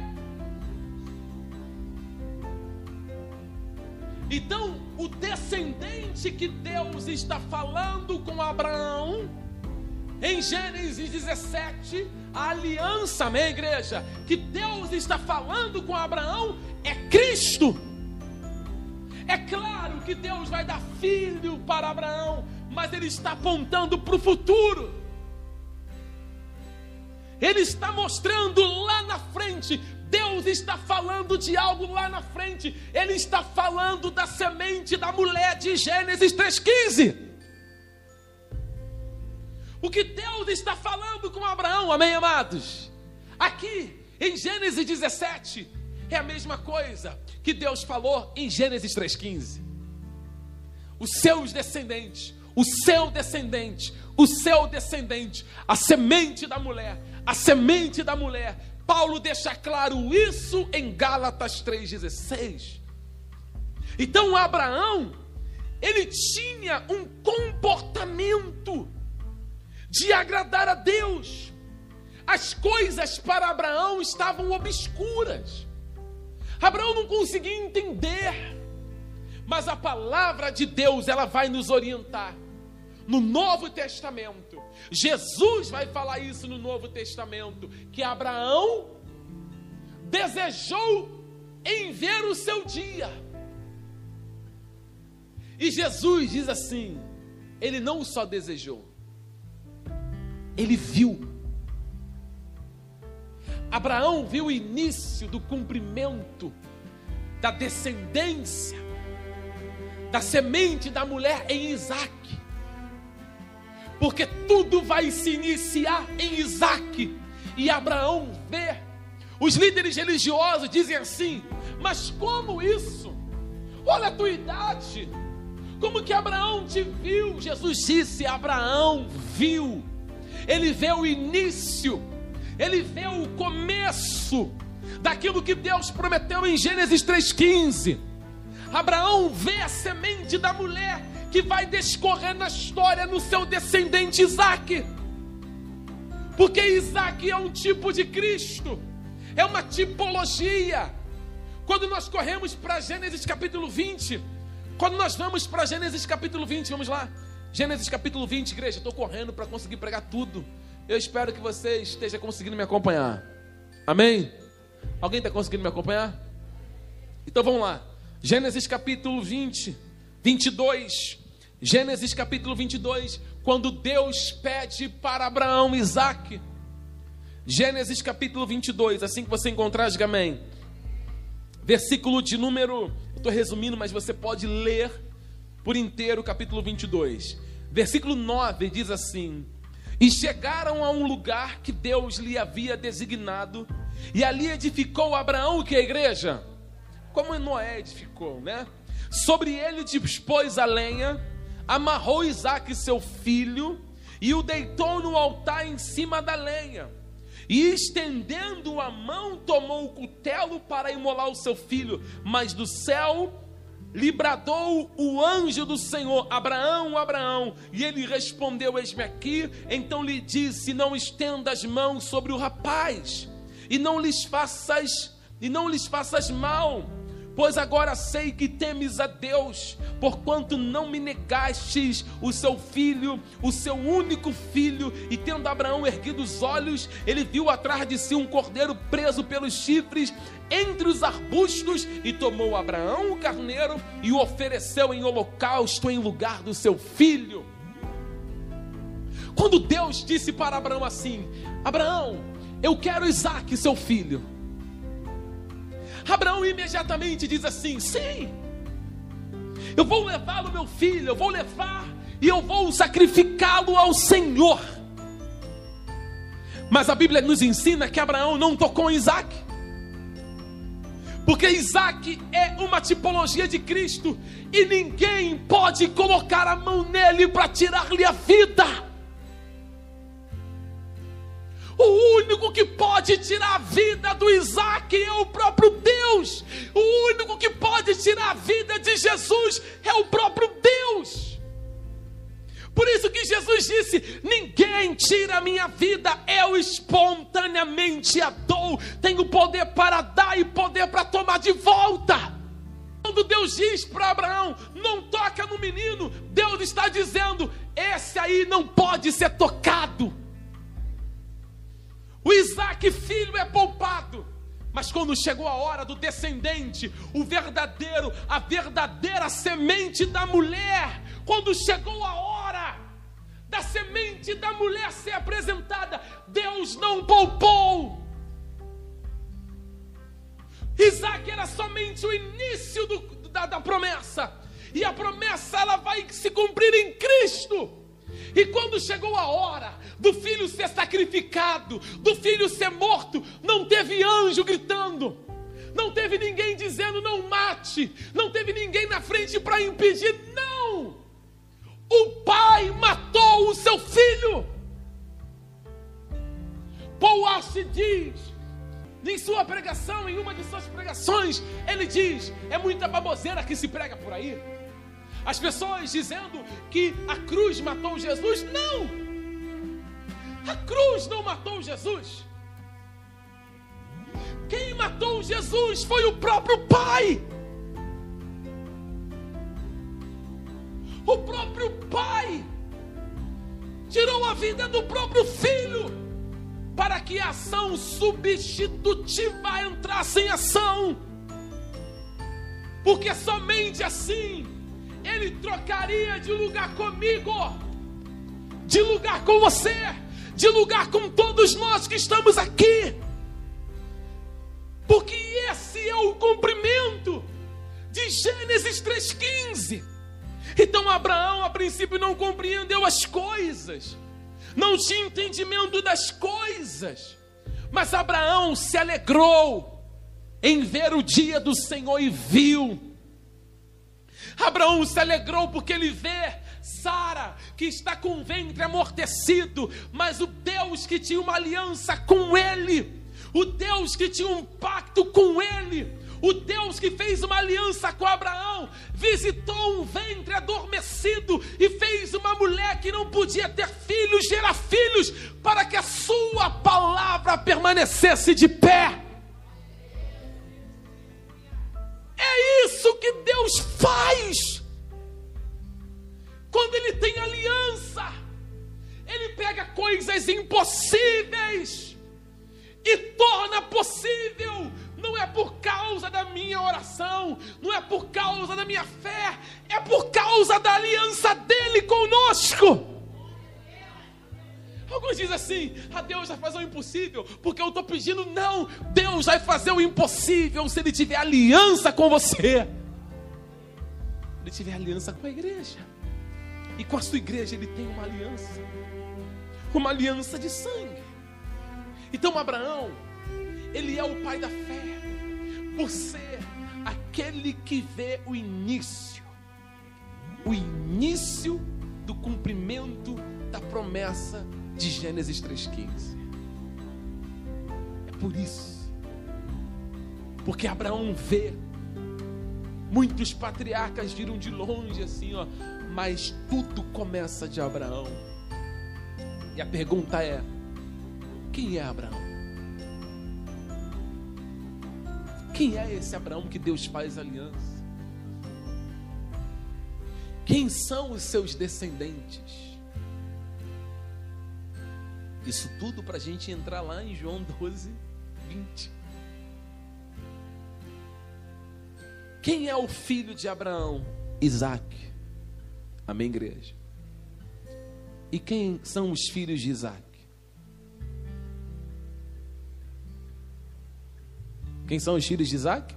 Então, o descendente que Deus está falando com Abraão, em Gênesis 17, a aliança, amém, igreja, que Deus está falando com Abraão é Cristo. É claro que Deus vai dar filho para Abraão, mas Ele está apontando para o futuro. Ele está mostrando lá na frente. Deus está falando de algo lá na frente. Ele está falando da semente da mulher de Gênesis 3,15. O que Deus está falando com Abraão, amém, amados? Aqui em Gênesis 17 é a mesma coisa que Deus falou em Gênesis 3,15. Os seus descendentes, o seu descendente, o seu descendente, a semente da mulher, a semente da mulher. Paulo deixa claro isso em Gálatas 3,16. Então Abraão, ele tinha um comportamento de agradar a Deus. As coisas para Abraão estavam obscuras. Abraão não conseguia entender. Mas a palavra de Deus, ela vai nos orientar. No Novo Testamento, Jesus vai falar isso no Novo Testamento, que Abraão desejou em ver o seu dia. E Jesus diz assim, ele não só desejou, ele viu. Abraão viu o início do cumprimento da descendência, da semente da mulher em Isaque. Porque tudo vai se iniciar em Isaque. E Abraão vê. Os líderes religiosos dizem assim, mas como isso? Olha a tua idade. Como que Abraão te viu? Jesus disse: Abraão viu. Ele vê o início, ele vê o começo daquilo que Deus prometeu em Gênesis 3,15. Abraão vê a semente da mulher que vai descorrer na história no seu descendente Isaque. Porque Isaque é um tipo de Cristo, é uma tipologia. Quando nós corremos para Gênesis capítulo 20, quando nós vamos para Gênesis capítulo 20, vamos lá. Gênesis capítulo 20, igreja, estou correndo para conseguir pregar tudo. Eu espero que você esteja conseguindo me acompanhar. Amém? Alguém está conseguindo me acompanhar? Então vamos lá. Gênesis capítulo 20, 22. Gênesis capítulo 22, quando Deus pede para Abraão Isaque. Gênesis capítulo 22, assim que você encontrar, diga amém. Versículo de número, eu estou resumindo, mas você pode ler por inteiro o capítulo 22. Versículo 9 diz assim: e chegaram a um lugar que Deus lhe havia designado, e ali edificou Abraão o que, a igreja? Como Noé edificou, né? Sobre ele dispôs a lenha, amarrou Isaque seu filho, e o deitou no altar em cima da lenha. E estendendo a mão, tomou o cutelo para imolar o seu filho. Mas do céu lhe bradou o anjo do Senhor: Abraão, Abraão. E ele respondeu: eis-me aqui. Então lhe disse: não estenda as mãos sobre o rapaz, e não lhes faças mal, pois agora sei que temes a Deus, porquanto não me negastes o seu filho, o seu único filho. E tendo Abraão erguido os olhos, ele viu atrás de si um cordeiro preso pelos chifres entre os arbustos, e tomou Abraão o carneiro e o ofereceu em holocausto em lugar do seu filho. Quando Deus disse para Abraão assim: Abraão, eu quero Isaque, seu filho, Abraão imediatamente diz assim: sim, eu vou levar o meu filho, eu vou levar e eu vou sacrificá-lo ao Senhor. Mas a Bíblia nos ensina que Abraão não tocou em Isaque, porque Isaque é uma tipologia de Cristo, e ninguém pode colocar a mão nele para tirar-lhe a vida. O único que pode tirar a vida do Isaque é o próprio Deus. O único que pode tirar a vida de Jesus é o próprio Deus. Por isso que Jesus disse: ninguém tira a minha vida, eu espontaneamente a dou. Tenho poder para dar e poder para tomar de volta. Quando Deus diz para Abraão: não toca no menino, Deus está dizendo: esse aí não pode ser tocado. O Isaque filho é poupado. Mas quando chegou a hora do descendente, a verdadeira semente da mulher, quando chegou a hora da semente da mulher ser apresentada, Deus não poupou. Isaque era somente o início da promessa, e a promessa ela vai se cumprir em Cristo. E quando chegou a hora do filho ser sacrificado, do filho ser morto, não teve anjo gritando, não teve ninguém dizendo não mate, não teve ninguém na frente para impedir, não! O pai matou o seu filho. Paul Walsh diz, em sua pregação, em uma de suas pregações, ele diz: é muita baboseira que se prega por aí. As pessoas dizendo que a cruz matou Jesus. Não! A cruz não matou Jesus. Quem matou Jesus foi o próprio Pai. O próprio Pai tirou a vida do próprio Filho, para que a ação substitutiva entrasse em ação. Porque somente assim Ele trocaria de lugar comigo, de lugar com você, de lugar com todos nós que estamos aqui. Porque esse é o cumprimento de Gênesis 3,15. Então Abraão a princípio não compreendeu as coisas, não tinha entendimento das coisas, mas Abraão se alegrou em ver o dia do Senhor e viu. Abraão se alegrou porque ele vê Sara, que está com o ventre amortecido, mas o Deus que tinha uma aliança com ele, o Deus que tinha um pacto com ele, o Deus que fez uma aliança com Abraão, visitou um ventre adormecido e fez uma mulher que não podia ter filhos, gerar filhos, para que a sua palavra permanecesse de pé. É isso que Deus faz. Quando Ele tem aliança, Ele pega coisas impossíveis e torna possível. Não é por causa da minha oração, não é por causa da minha fé, é por causa da aliança dele conosco. Alguns dizem assim: Deus vai fazer o impossível porque eu estou pedindo. Não, Deus vai fazer o impossível se Ele tiver aliança com você. Se Ele tiver aliança com a igreja. E com a sua igreja Ele tem uma aliança de sangue. Então Abraão, ele é o pai da fé, por ser aquele que vê o início do cumprimento da promessa de Gênesis 3,15. É por isso, porque Abraão vê. Muitos patriarcas viram de longe assim, mas tudo começa de Abraão. E a pergunta é: quem é Abraão? Quem é esse Abraão que Deus faz aliança? Quem são os seus descendentes? Isso tudo para a gente entrar lá em João 12, 20. Quem é o filho de Abraão? Isaac. Amém, igreja? E quem são os filhos de Isaac? Quem são os filhos de Isaac?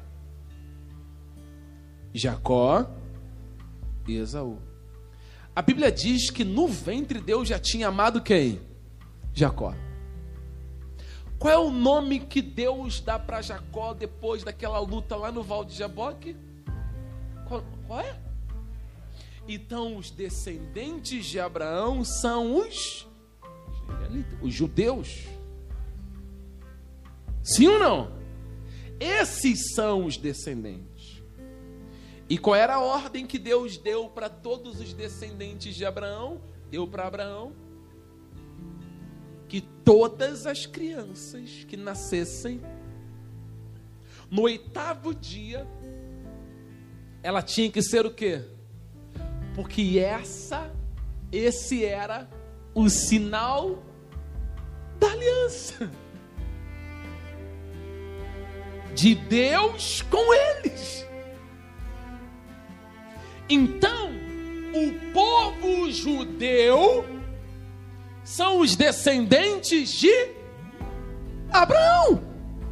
Jacó e Esaú. A Bíblia diz que no ventre Deus já tinha amado quem? Jacó. Qual é o nome que Deus dá para Jacó depois daquela luta lá no Val de Jaboque? Qual é? Então os descendentes de Abraão são os judeus. Sim ou não? Esses são os descendentes. E qual era a ordem que Deus deu para todos os descendentes de Abraão? Deu para Abraão que todas as crianças que nascessem no 8º dia, ela tinha que ser o quê? Porque esse era o sinal da aliança de Deus com eles. Então, o povo judeu são os descendentes de Abraão.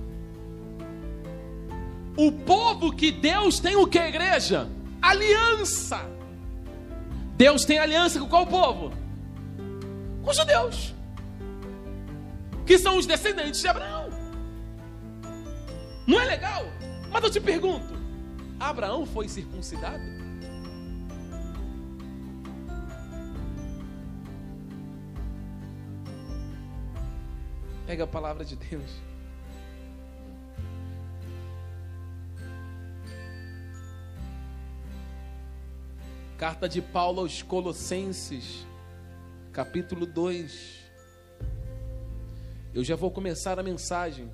O povo que Deus tem o que, igreja? Aliança. Deus tem aliança com qual povo? Com os judeus, que são os descendentes de Abraão. Não é legal? Mas eu te pergunto, Abraão foi circuncidado? Pega a palavra de Deus. Carta de Paulo aos Colossenses, capítulo 2. Eu já vou começar a mensagem.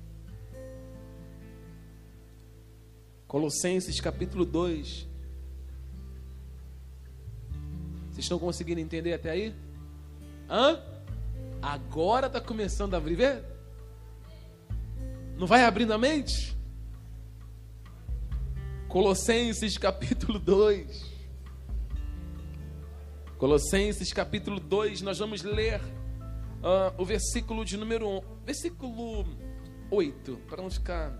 Colossenses, capítulo 2. Vocês estão conseguindo entender até aí? Agora está começando a abrir, vê? Não vai abrindo a mente? Colossenses, capítulo 2. Colossenses capítulo 2, nós vamos ler o versículo de número 1, versículo 8, para não ficar...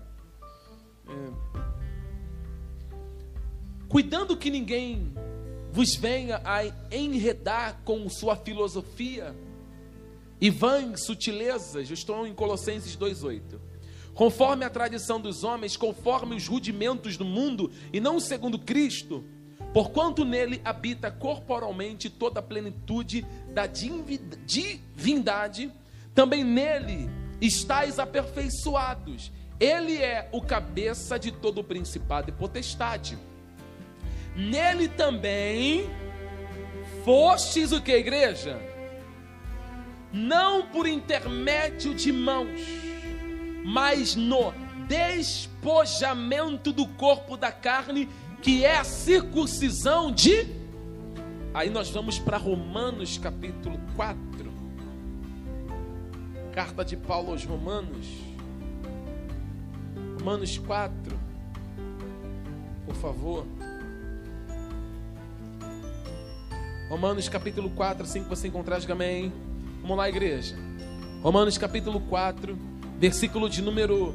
Cuidando que ninguém vos venha a enredar com sua filosofia e vãs sutilezas. Eu estou em Colossenses 2,8. Conforme a tradição dos homens, conforme os rudimentos do mundo, e não segundo Cristo, porquanto nele habita corporalmente toda a plenitude da divindade, também nele estáis aperfeiçoados. Ele é o cabeça de todo o principado e potestade. Nele também fostes o que, igreja? Não por intermédio de mãos, mas no despojamento do corpo da carne, que é a circuncisão de... Aí nós vamos para Romanos capítulo 4. Carta de Paulo aos Romanos. Romanos 4. Por favor. Romanos capítulo 4, assim que você encontrar, diga amém. Vamos lá, igreja. Romanos capítulo 4, versículo de número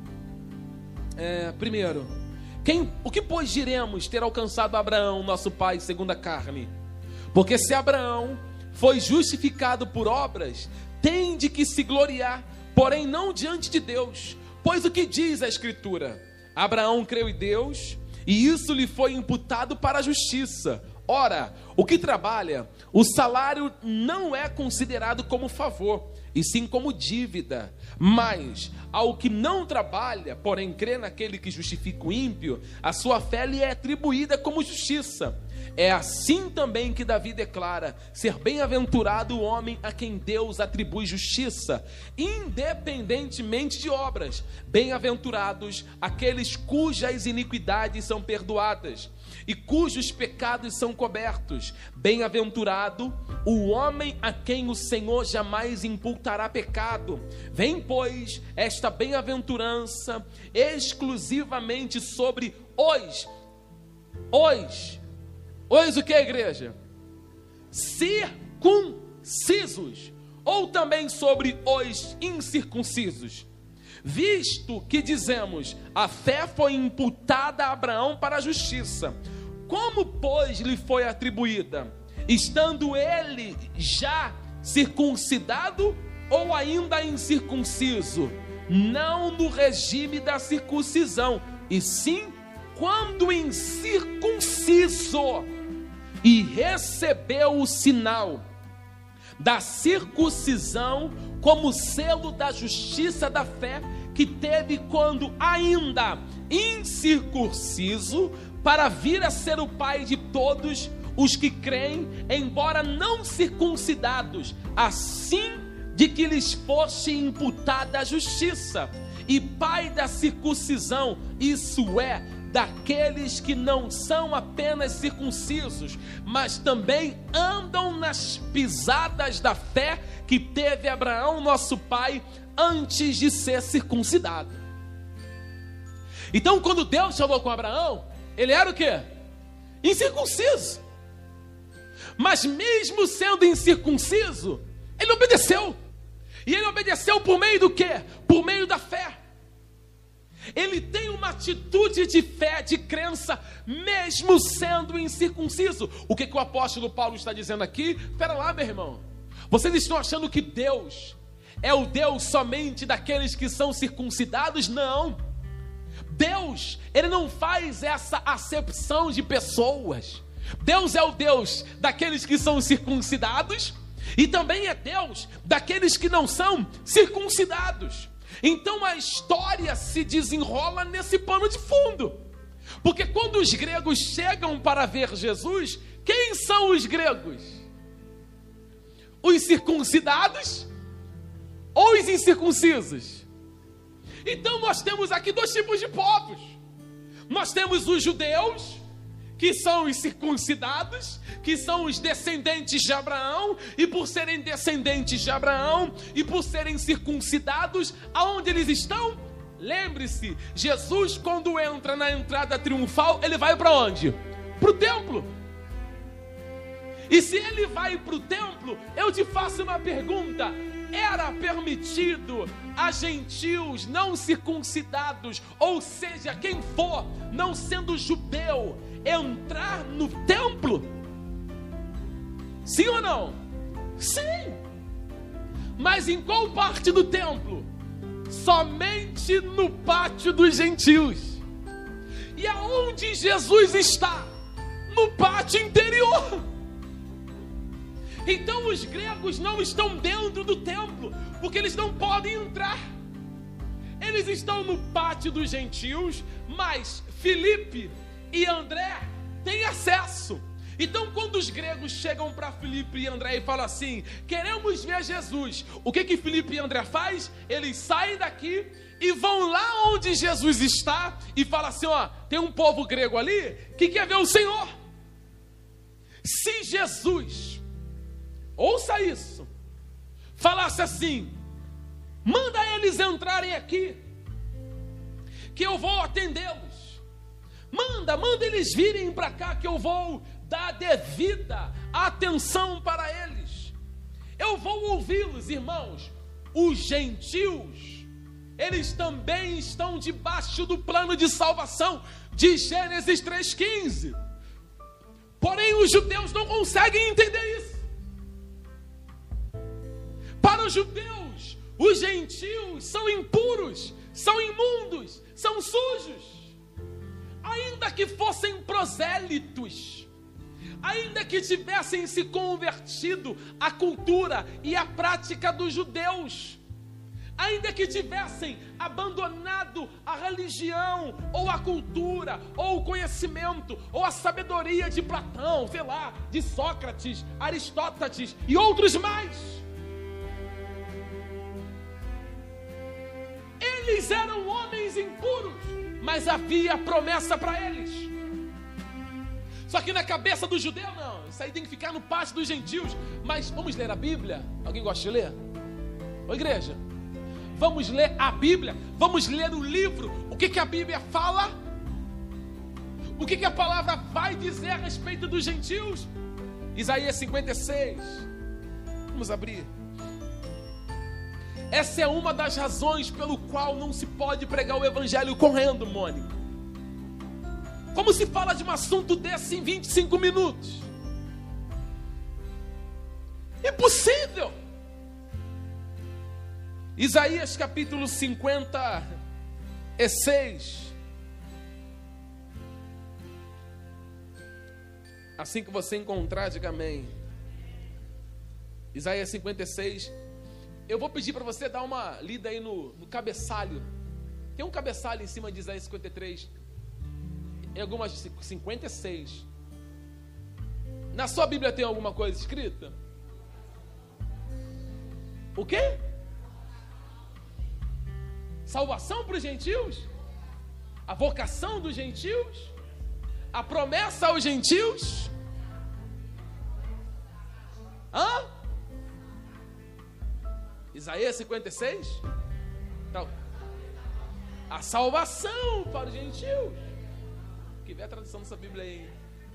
1. O que pois diremos ter alcançado Abraão, nosso pai, segundo a carne? Porque se Abraão foi justificado por obras, tem de que se gloriar, porém não diante de Deus. Pois o que diz a Escritura? Abraão creu em Deus, e isso lhe foi imputado para a justiça. Ora, o que trabalha, o salário não é considerado como favor, e sim como dívida. Mas ao que não trabalha, porém crê naquele que justifica o ímpio, a sua fé lhe é atribuída como justiça. É assim também que Davi declara ser bem-aventurado o homem a quem Deus atribui justiça, independentemente de obras. Bem-aventurados aqueles cujas iniquidades são perdoadas e cujos pecados são cobertos. Bem-aventurado o homem a quem o Senhor jamais imputará pecado. Vem, pois, esta bem-aventurança exclusivamente sobre os o que, igreja? Circuncisos, ou também sobre os incircuncisos. Visto que dizemos, a fé foi imputada a Abraão para a justiça. Como, pois, lhe foi atribuída? Estando ele já circuncidado ou ainda incircunciso? Não no regime da circuncisão, e sim quando incircunciso, e recebeu o sinal da circuncisão como selo da justiça da fé que teve quando ainda incircunciso, para vir a ser o pai de todos os que creem, embora não circuncidados, assim de que lhes fosse imputada a justiça, e pai da circuncisão, isso é, daqueles que não são apenas circuncisos, mas também andam nas pisadas da fé que teve Abraão, nosso pai, antes de ser circuncidado. Então, quando Deus falou com Abraão, ele era o quê? Incircunciso. Mas mesmo sendo incircunciso, ele obedeceu. E ele obedeceu por meio do quê? Por meio da fé. Ele tem uma atitude de fé, de crença, mesmo sendo incircunciso. O que o apóstolo Paulo está dizendo aqui? Espera lá, meu irmão. Vocês estão achando que Deus é o Deus somente daqueles que são circuncidados? Não. Deus, ele não faz essa acepção de pessoas. Deus é o Deus daqueles que são circuncidados e também é Deus daqueles que não são circuncidados. Então a história se desenrola nesse pano de fundo. Porque quando os gregos chegam para ver Jesus, quem são os gregos? Os circuncidados ou os incircuncisos? Então nós temos aqui dois tipos de povos. Nós temos os judeus, que são os circuncidados, que são os descendentes de Abraão, e por serem descendentes de Abraão, e por serem circuncidados, aonde eles estão? Lembre-se, Jesus quando entra na entrada triunfal, ele vai para onde? Para o templo. E se ele vai para o templo, eu te faço uma pergunta: era permitido a gentios não circuncidados, ou seja, quem for, não sendo judeu, entrar no templo? Sim ou não? Sim. Mas em qual parte do templo? Somente no pátio dos gentios. E aonde Jesus está? no pátio interior. Então os gregos não estão dentro do templo, porque eles não podem entrar. Eles estão no pátio dos gentios, mas Filipe e André têm acesso. Então quando os gregos chegam para Filipe e André e falam assim: queremos ver Jesus, o que Filipe e André faz? Eles saem daqui e vão lá onde Jesus está e falam assim: ó, tem um povo grego ali que quer ver o Senhor. Se Jesus, ouça isso, falasse assim: manda eles entrarem aqui, que eu vou atendê-los. Manda eles virem para cá, que eu vou dar devida atenção para eles. Eu vou ouvi-los, irmãos. Os gentios, eles também estão debaixo do plano de salvação de Gênesis 3,15. Porém, os judeus não conseguem entender isso. Para os judeus, os gentios são impuros, são imundos, são sujos. Ainda que fossem prosélitos, ainda que tivessem se convertido à cultura e à prática dos judeus, ainda que tivessem abandonado a religião, ou a cultura, ou o conhecimento, ou a sabedoria de Platão, sei lá, de Sócrates, Aristóteles e outros mais, eles eram homens impuros, mas havia promessa para eles. Só que na cabeça do judeu, não, isso aí tem que ficar no pátio dos gentios. Mas vamos ler a Bíblia? Alguém gosta de ler? Ô igreja, vamos ler a Bíblia? Vamos ler o livro? O que a Bíblia fala? O que a palavra vai dizer a respeito dos gentios? Isaías 56. Vamos abrir. Essa é uma das razões pelo qual não se pode pregar o evangelho correndo, Mônica. Como se fala de um assunto desse em 25 minutos? Impossível! Isaías capítulo 56. Assim que você encontrar, diga amém. Isaías 56. Eu vou pedir para você dar uma lida aí no cabeçalho. Tem um cabeçalho em cima de Isaías 53. Em algumas 56. Na sua Bíblia tem alguma coisa escrita? O quê? Salvação para os gentios? A vocação dos gentios? A promessa aos gentios? Hã? Isaías 56? Então, a salvação para os gentios. Que vê a tradução dessa Bíblia aí.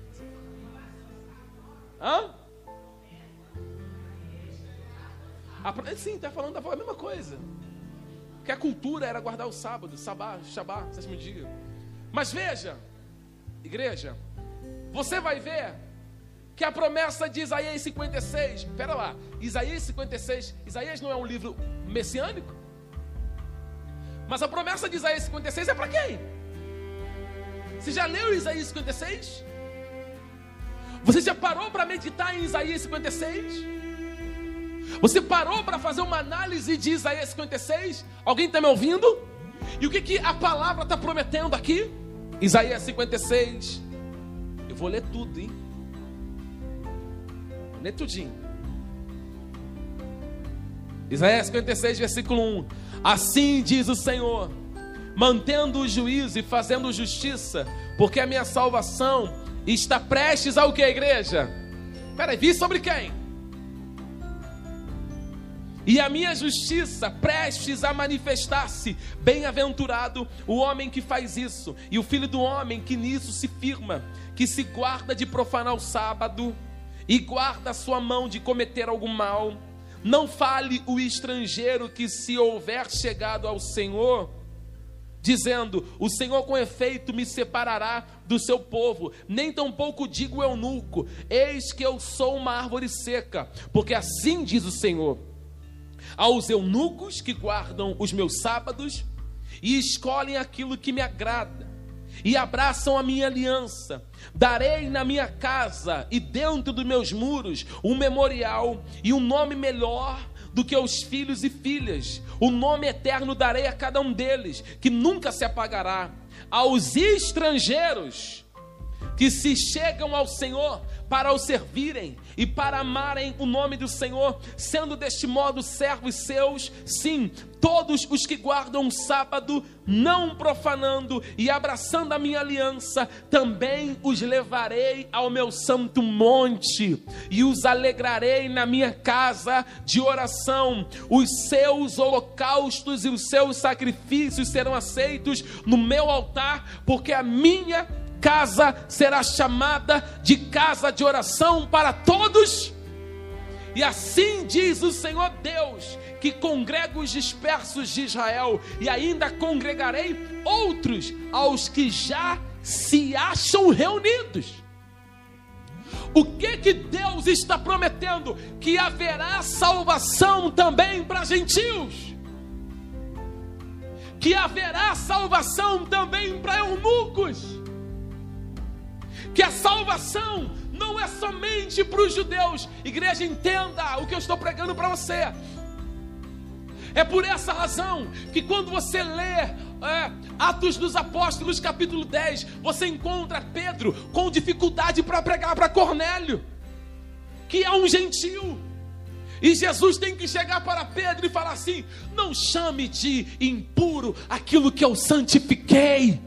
Hã? Sim, está falando a mesma coisa. Que a cultura era guardar o sábado, Shabá, sétimo dia. Mas veja, igreja, você vai ver que a promessa de Isaías 56, espera lá, Isaías 56, Isaías não é um livro messiânico? Mas a promessa de Isaías 56 é para quem? Você já leu Isaías 56? Você já parou para meditar em Isaías 56? Você parou para fazer uma análise de Isaías 56? Alguém está me ouvindo? E o que a palavra está prometendo aqui? Isaías 56. Eu vou ler tudo, hein? Lê tudinho. Isaías 56, versículo 1. Assim diz o Senhor, mantendo o juízo e fazendo justiça, porque a minha salvação está prestes ao que, igreja? Peraí, vi sobre quem? E a minha justiça prestes a manifestar-se. Bem-aventurado o homem que faz isso, e o filho do homem que nisso se firma, que se guarda de profanar o sábado, e guarda a sua mão de cometer algum mal. Não fale o estrangeiro que se houver chegado ao Senhor, dizendo, o Senhor com efeito me separará do seu povo, nem tampouco digo o eunuco, eis que eu sou uma árvore seca, porque assim diz o Senhor, aos eunucos que guardam os meus sábados, e escolhem aquilo que me agrada, e abraçam a minha aliança. Darei na minha casa e dentro dos meus muros um memorial e um nome melhor do que os filhos e filhas. O nome eterno darei a cada um deles, que nunca se apagará. Aos estrangeiros que se chegam ao Senhor para o servirem e para amarem o nome do Senhor, sendo deste modo servos seus, sim, todos os que guardam o sábado, não profanando e abraçando a minha aliança, também os levarei ao meu santo monte e os alegrarei na minha casa de oração. Os seus holocaustos e os seus sacrifícios serão aceitos no meu altar, porque a minha casa será chamada de casa de oração para todos. E assim diz o Senhor Deus, que congrega os dispersos de Israel, e ainda congregarei outros aos que já se acham reunidos. O que Deus está prometendo? Que haverá salvação também para gentios, que haverá salvação também para eunucos, que a salvação não é somente para os judeus. Igreja, entenda o que eu estou pregando para você. É por essa razão que quando você lê Atos dos Apóstolos capítulo 10, você encontra Pedro com dificuldade para pregar para Cornélio, que é um gentil. E Jesus tem que chegar para Pedro e falar assim: não chame de impuro aquilo que eu santifiquei.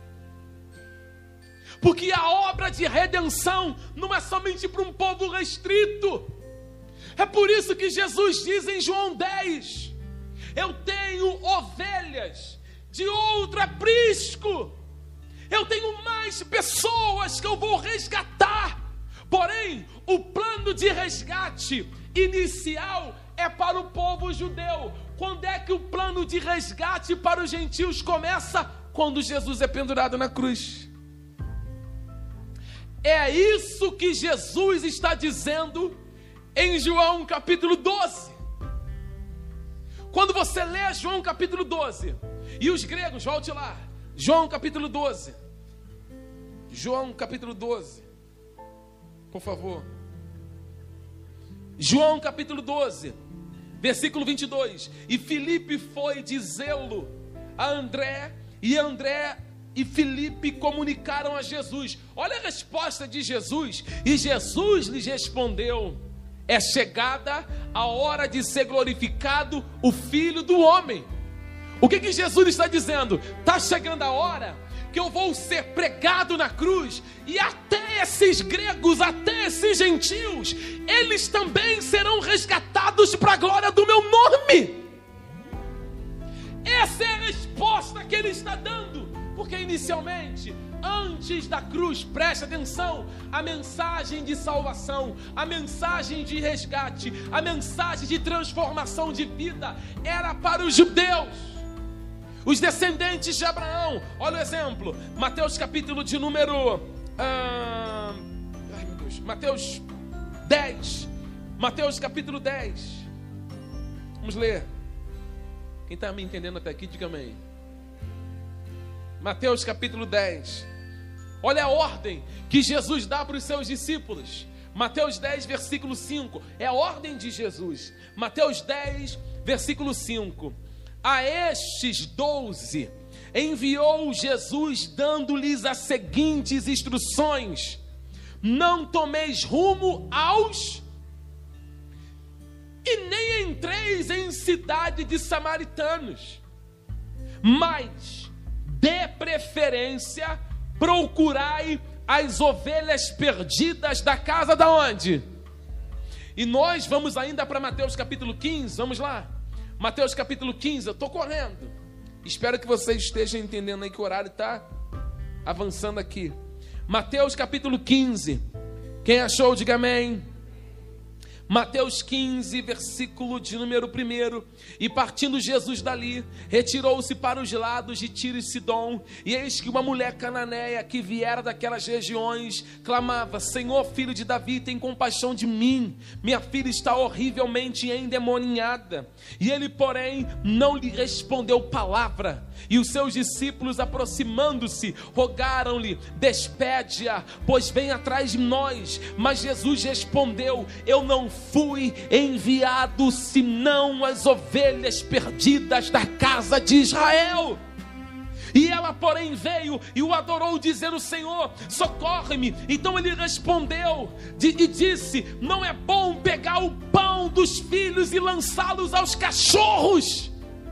Porque a obra de redenção não é somente para um povo restrito. É por isso que Jesus diz em João 10: eu tenho ovelhas de outro aprisco, eu tenho mais pessoas que eu vou resgatar. Porém, o plano de resgate inicial é para o povo judeu. Quando é que o plano de resgate para os gentios começa? Quando Jesus é pendurado na cruz. É isso que Jesus está dizendo em João capítulo 12. Quando você lê João capítulo 12, e os gregos, volte lá, João capítulo 12, João capítulo 12, por favor, João capítulo 12, versículo 22, e Filipe foi dizê-lo a André, e André e Filipe comunicaram a Jesus. Olha a resposta de Jesus. E Jesus lhes respondeu: é chegada a hora de ser glorificado o Filho do Homem. O que Jesus está dizendo? Está chegando a hora que eu vou ser pregado na cruz, e até esses gregos, até esses gentios, eles também serão resgatados para a glória do meu nome. Essa é a resposta que ele está dando. Porque inicialmente, antes da cruz, preste atenção, a mensagem de salvação, a mensagem de resgate, a mensagem de transformação de vida era para os judeus, os descendentes de Abraão. Olha o exemplo, Mateus capítulo de número Mateus 10, Mateus capítulo 10, vamos ler. Quem está me entendendo até aqui, diga amém. Mateus capítulo 10. Olha a ordem que Jesus dá para os seus discípulos. Mateus 10, versículo 5. É a ordem de Jesus. Mateus 10, versículo 5. A estes 12 enviou Jesus, dando-lhes as seguintes instruções: não tomeis rumo aos, e nem entreis em cidade de samaritanos, mas de preferência procurai as ovelhas perdidas da casa da onde? E nós vamos ainda para Mateus capítulo 15, vamos lá. Mateus capítulo 15, eu estou correndo. Espero que vocês estejam entendendo aí que o horário está avançando aqui. Mateus capítulo 15, quem achou, diga amém. Mateus 15, versículo de número 1. E partindo Jesus dali, retirou-se para os lados de Tiro e Sidom. E eis que uma mulher cananeia que viera daquelas regiões clamava: Senhor, filho de Davi, tem compaixão de mim. Minha filha está horrivelmente endemoninhada. E ele, porém, não lhe respondeu palavra. E os seus discípulos, aproximando-se, rogaram-lhe: despede-a, pois vem atrás de nós. Mas Jesus respondeu: eu não fui enviado senão as ovelhas perdidas da casa de Israel. E ela, porém, veio e o adorou, dizendo: Senhor, socorre-me. Então ele respondeu e disse: não é bom pegar o pão dos filhos e lançá-los aos cachorros.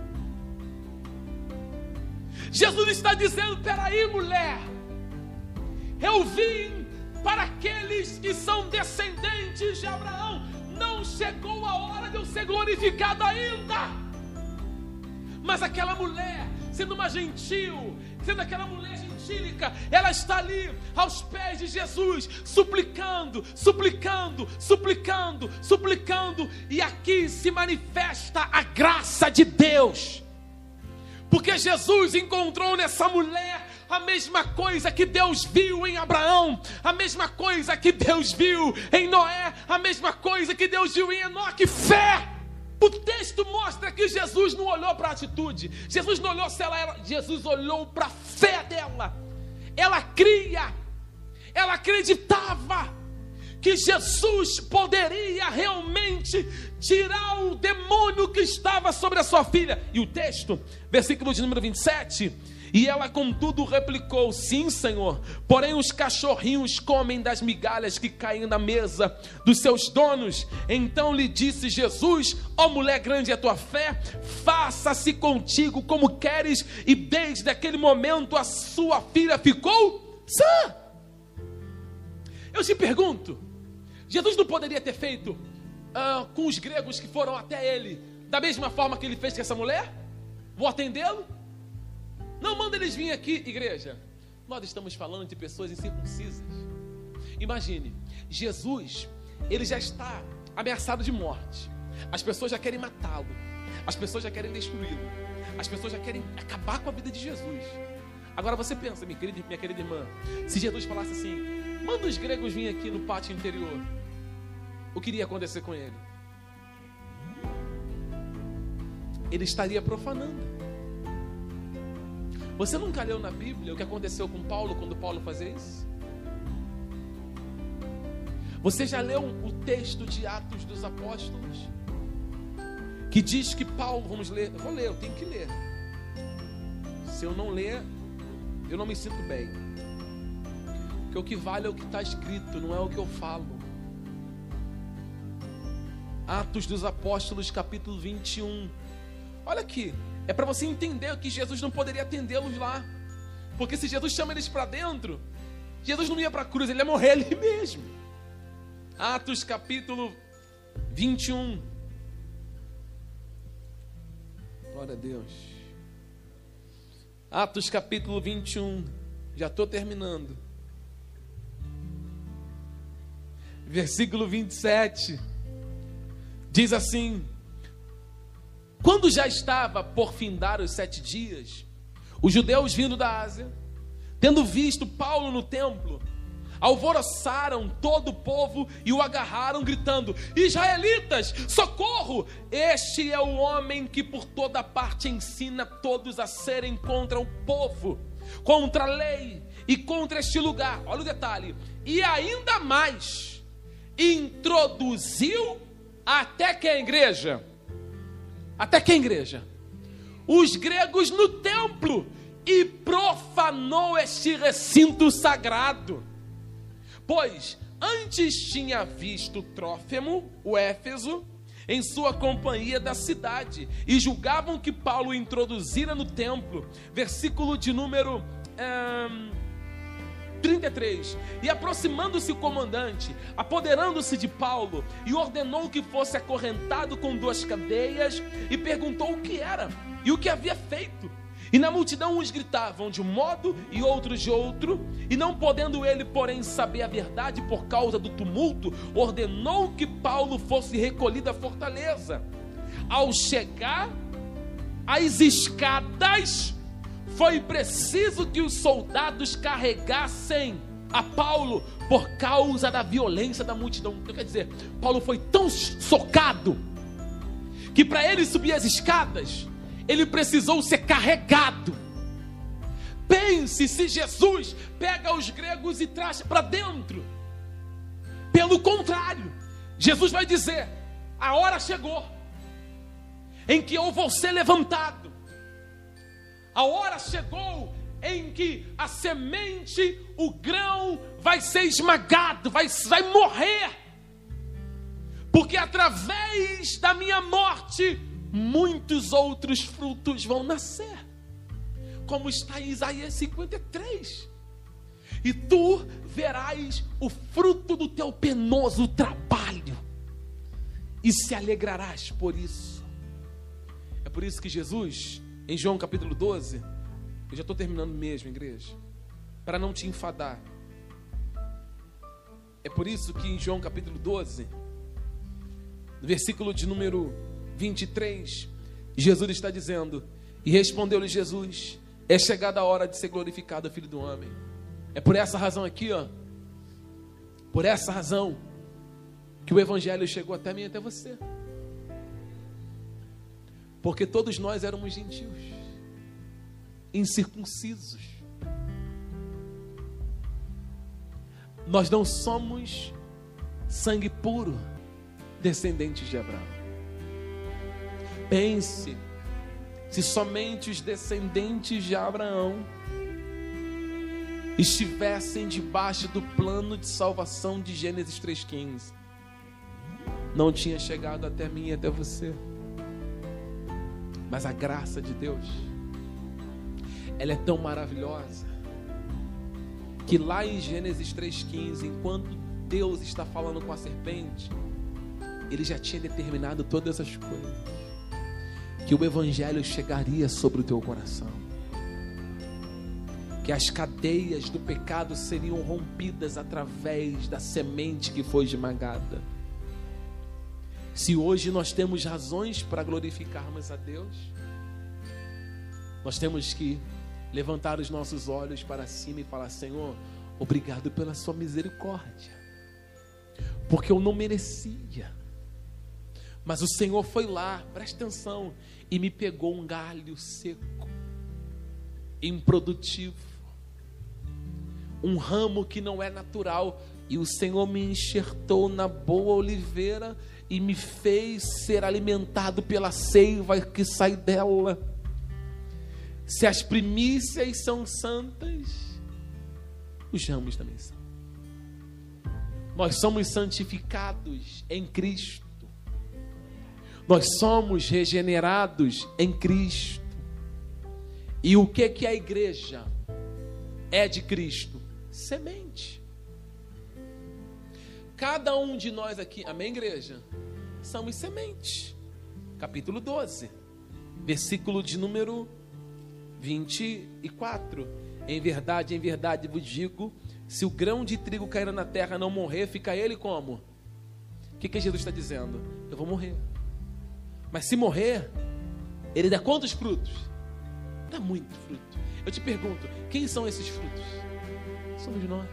Jesus está dizendo: peraí, mulher, eu vim para aqueles que são descendentes de Abraão. Não chegou a hora de eu ser glorificado ainda. Mas aquela mulher, sendo uma gentil, sendo aquela mulher gentílica, ela está ali aos pés de Jesus, suplicando, suplicando, suplicando, suplicando. E aqui se manifesta a graça de Deus, porque Jesus encontrou nessa mulher a mesma coisa que Deus viu em Abraão, a mesma coisa que Deus viu em Noé, a mesma coisa que Deus viu em Enoque: fé. O texto mostra que Jesus não olhou para a atitude, Jesus não olhou se ela era, Jesus olhou para a fé dela. Ela cria, ela acreditava que Jesus poderia realmente tirar o demônio que estava sobre a sua filha. E o texto, versículo de número 27, e ela contudo replicou: sim, Senhor, porém os cachorrinhos comem das migalhas que caem na mesa dos seus donos. Então lhe disse Jesus: ó mulher, grande é a tua fé, faça-se contigo como queres. E desde aquele momento a sua filha ficou sã. Eu te pergunto, Jesus não poderia ter feito com os gregos que foram até ele da mesma forma que ele fez com essa mulher? Vou atendê-lo? Não, manda eles virem aqui, igreja. Nós estamos falando de pessoas incircuncisas. Imagine, Jesus, ele já está ameaçado de morte. As pessoas já querem matá-lo, as pessoas já querem destruí-lo, as pessoas já querem acabar com a vida de Jesus. Agora você pensa, minha querida irmã, se Jesus falasse assim: manda os gregos virem aqui no pátio interior, o que iria acontecer com ele? Ele estaria profanando. Você nunca leu na Bíblia o que aconteceu com Paulo quando Paulo fazia isso? Você já leu o texto de Atos dos Apóstolos? Que diz que Paulo, vamos ler, eu vou ler, eu tenho que ler. Se eu não ler, eu não me sinto bem. Porque o que vale é o que está escrito, não é o que eu falo. Atos dos Apóstolos, capítulo 21. Olha aqui. É para você entender que Jesus não poderia atendê-los lá. Porque se Jesus chama eles para dentro, Jesus não ia para a cruz, ele ia morrer ali mesmo. Atos capítulo 21. Glória a Deus. Atos capítulo 21. Já estou terminando. Versículo 27. Diz assim: quando já estava por findar os 7 dias, os judeus vindo da Ásia, tendo visto Paulo no templo, alvoroçaram todo o povo e o agarraram, gritando: israelitas, socorro! Este é o homem que por toda parte ensina todos a serem contra o povo, contra a lei e contra este lugar. Olha o detalhe. E ainda mais, introduziu até que a igreja... Até que a igreja? Os gregos no templo, e profanou este recinto sagrado. Pois antes tinha visto Trófimo, o Éfeso, em sua companhia da cidade, e julgavam que Paulo introduzira no templo. Versículo de número 33. E aproximando-se o comandante, apoderando-se de Paulo, e ordenou que fosse acorrentado com 2 cadeias, e perguntou o que era e o que havia feito. E na multidão uns gritavam de um modo e outros de outro, e não podendo ele, porém, saber a verdade por causa do tumulto, ordenou que Paulo fosse recolhido à fortaleza. Ao chegar às escadas, foi preciso que os soldados carregassem a Paulo por causa da violência da multidão. Quer dizer, Paulo foi tão socado que para ele subir as escadas, ele precisou ser carregado. Pense se Jesus pega os gregos e traz para dentro. Pelo contrário, Jesus vai dizer: a hora chegou em que eu vou ser levantado. A hora chegou em que a semente, o grão, vai ser esmagado, vai morrer. Porque através da minha morte, muitos outros frutos vão nascer, como está em Isaías 53. E tu verás o fruto do teu penoso trabalho e se alegrarás por isso. É por isso que Jesus, em João capítulo 12, eu já estou terminando mesmo, igreja, para não te enfadar. É por isso que em João capítulo 12, no versículo de número 23, Jesus está dizendo: e respondeu-lhe Jesus: é chegada a hora de ser glorificado o Filho do Homem. É por essa razão aqui, ó, por essa razão que o Evangelho chegou até mim e até você. Porque todos nós éramos gentios, incircuncisos. Nós não somos sangue puro, descendentes de Abraão. Pense, se somente os descendentes de Abraão estivessem debaixo do plano de salvação de Gênesis 3,15, não tinha chegado até mim e até você. Mas a graça de Deus, ela é tão maravilhosa, que lá em Gênesis 3,15, enquanto Deus está falando com a serpente, Ele já tinha determinado todas as coisas, que o Evangelho chegaria sobre o teu coração, que as cadeias do pecado seriam rompidas através da semente que foi esmagada. Se hoje nós temos razões para glorificarmos a Deus, nós temos que levantar os nossos olhos para cima e falar: Senhor, obrigado pela sua misericórdia, porque eu não merecia, mas o Senhor foi lá, presta atenção, e me pegou um galho seco, improdutivo, um ramo que não é natural, e o Senhor me enxertou na boa oliveira e me fez ser alimentado pela seiva que sai dela. Se as primícias são santas, os ramos também são. Nós somos santificados em Cristo. Nós somos regenerados em Cristo. E o que a igreja é de Cristo? Semente. Cada um de nós aqui, amém, igreja? Somos sementes. Capítulo 12, versículo de número 24. Em verdade vos digo, se o grão de trigo cair na terra não morrer, fica ele como? O que Jesus está dizendo? Eu vou morrer. Mas se morrer, ele dá quantos frutos? Dá muito fruto. Eu te pergunto, quem são esses frutos? Somos nós.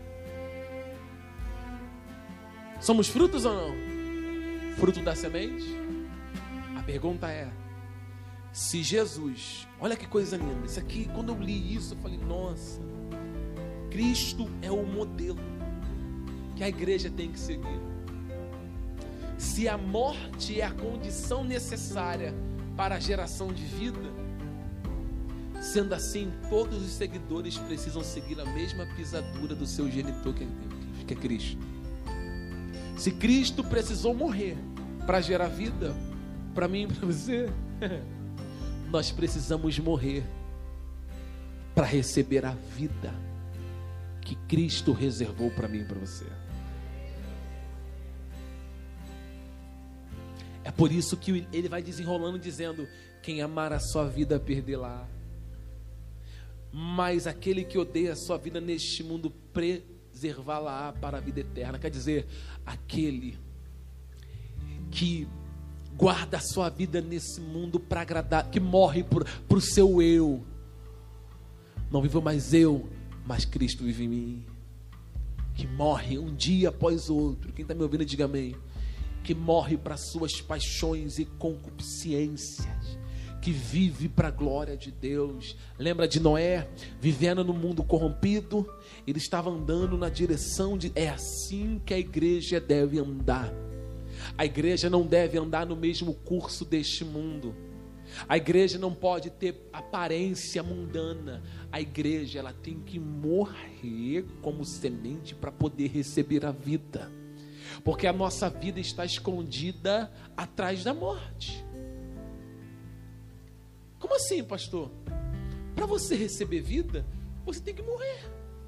Somos frutos ou não? Fruto da semente? A pergunta é: se Jesus, olha que coisa linda, isso aqui, quando eu li isso, eu falei: nossa, Cristo é o modelo que a igreja tem que seguir. Se a morte é a condição necessária para a geração de vida, sendo assim, todos os seguidores precisam seguir a mesma pisadura do seu genitor, que é Cristo. Se Cristo precisou morrer para gerar vida, para mim e para você, nós precisamos morrer para receber a vida que Cristo reservou para mim e para você. É por isso que ele vai desenrolando dizendo: quem amar a sua vida, perdê-la. mas aquele que odeia a sua vida neste mundo preservá-la para a vida eterna. Quer dizer, aquele que guarda a sua vida nesse mundo para agradar, que morre para o seu eu. Não vivo mais eu, mas Cristo vive em mim. Que morre um dia após outro. Quem está me ouvindo, diga amém. Que morre para suas paixões e concupiscências, que vive para a glória de Deus. Lembra de Noé, vivendo no mundo corrompido? Ele estava andando na direção de... É assim que a igreja deve andar. A igreja não deve andar no mesmo curso deste mundo. A igreja não pode ter aparência mundana. A igreja, ela tem que morrer como semente para poder receber a vida. Porque a nossa vida está escondida atrás da morte. Como assim, pastor? Para você receber vida, você tem que morrer.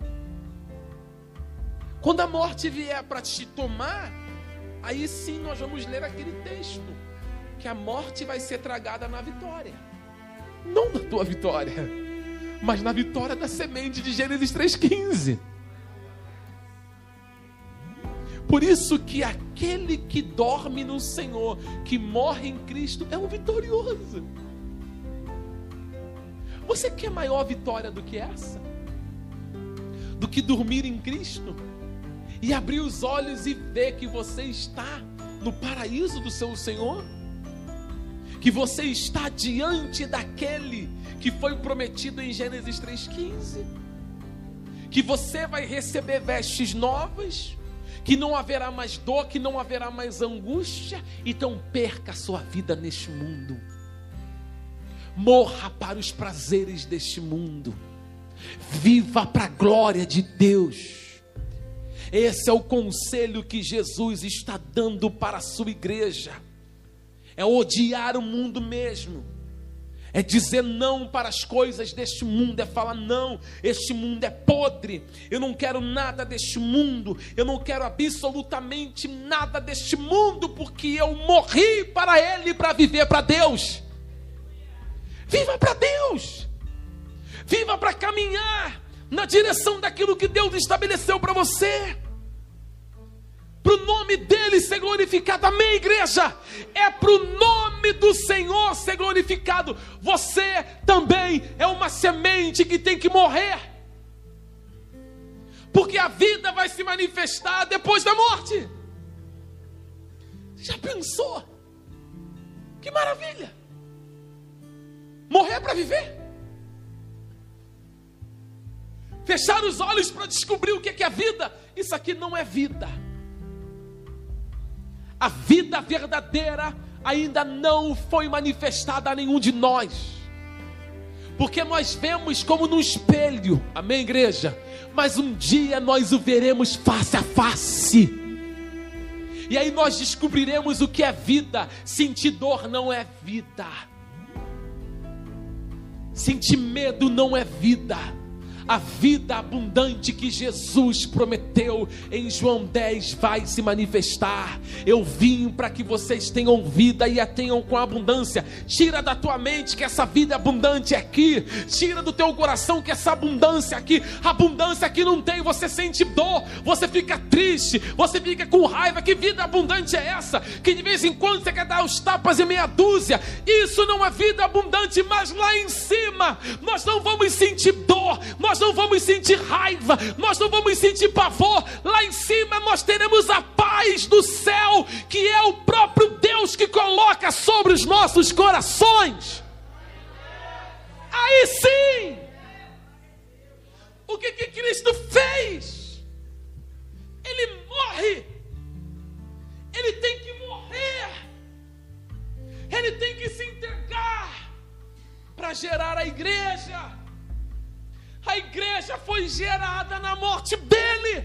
Quando a morte vier para te tomar, aí sim nós vamos ler aquele texto, que a morte vai ser tragada na vitória. Não na tua vitória, mas na vitória da semente de Gênesis 3,15. Por isso que aquele que dorme no Senhor, que morre em Cristo, é um vitorioso. Você quer maior vitória do que essa? Do que dormir em Cristo? E abrir os olhos e ver que você está no paraíso do seu Senhor? Que você está diante daquele que foi prometido em Gênesis 3,15? Que você vai receber vestes novas? Que não haverá mais dor, que não haverá mais angústia? Então perca a sua vida neste mundo. Morra para os prazeres deste mundo. Viva para a glória de Deus. Esse é o conselho que Jesus está dando para a sua igreja. É odiar o mundo mesmo. É dizer não para as coisas deste mundo. É falar não, este mundo é podre. Eu não quero nada deste mundo. Eu não quero absolutamente nada deste mundo, porque eu morri para ele, para viver para Deus. Viva para Deus. Viva para caminhar na direção daquilo que Deus estabeleceu para você. Para o nome dele ser glorificado. Amém, igreja? É para o nome do Senhor ser glorificado. Você também é uma semente que tem que morrer. Porque a vida vai se manifestar depois da morte. Já pensou? Que maravilha! Morrer para viver. Fechar os olhos para descobrir o que é a vida. Isso aqui não é vida. A vida verdadeira ainda não foi manifestada a nenhum de nós. Porque nós vemos como no espelho. Amém, igreja? Mas um dia nós o veremos face a face. E aí nós descobriremos o que é vida. Sentir dor não é vida. Sentir medo não é vida. A vida abundante que Jesus prometeu em João 10 vai se manifestar. Eu vim para que vocês tenham vida e a tenham com abundância. Tira da tua mente que essa vida abundante é aqui. Tira do teu coração que essa abundância aqui, abundância aqui não tem. Você sente dor, você fica triste, você fica com raiva. Que vida abundante é essa? Que de vez em quando você quer dar os tapas em meia dúzia. Isso não é vida abundante. Mas lá em cima nós não vamos sentir dor, nós não vamos sentir raiva, nós não vamos sentir pavor. Lá em cima nós teremos a paz do céu, que é o próprio Deus que coloca sobre os nossos corações. Aí sim, o que Cristo fez? Ele morre. Ele tem que morrer. Ele tem que se entregar para gerar a igreja. A igreja foi gerada na morte dele.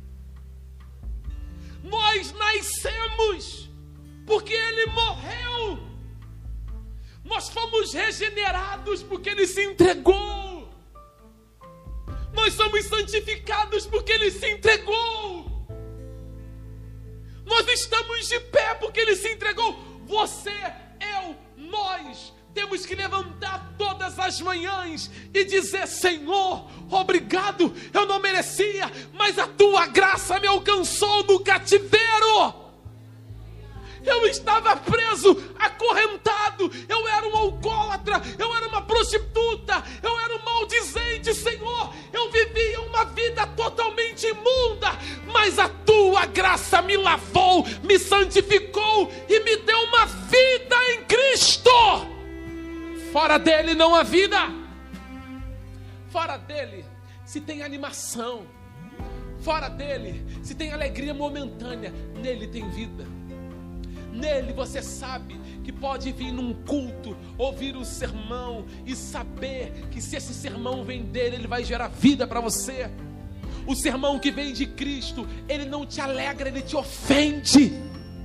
Nós nascemos porque ele morreu. Nós fomos regenerados porque ele se entregou. Nós somos santificados porque ele se entregou. Nós estamos de pé porque ele se entregou. Você, eu, nós temos que levantar todas as manhãs e dizer: Senhor, obrigado, eu não merecia, mas a tua graça me alcançou no cativeiro. Eu estava preso, acorrentado, eu era um alcoólatra, eu era uma prostituta, eu era um maldizente, Senhor, eu vivia uma vida totalmente imunda, mas a tua graça me lavou, me santificou e me deu uma vida em Cristo. Fora dele não há vida, fora dele se tem animação, fora dele se tem alegria momentânea, nele tem vida. Nele você sabe que pode vir num culto, ouvir um sermão e saber que se esse sermão vem dele, ele vai gerar vida para você. O sermão que vem de Cristo, ele não te alegra, ele te ofende.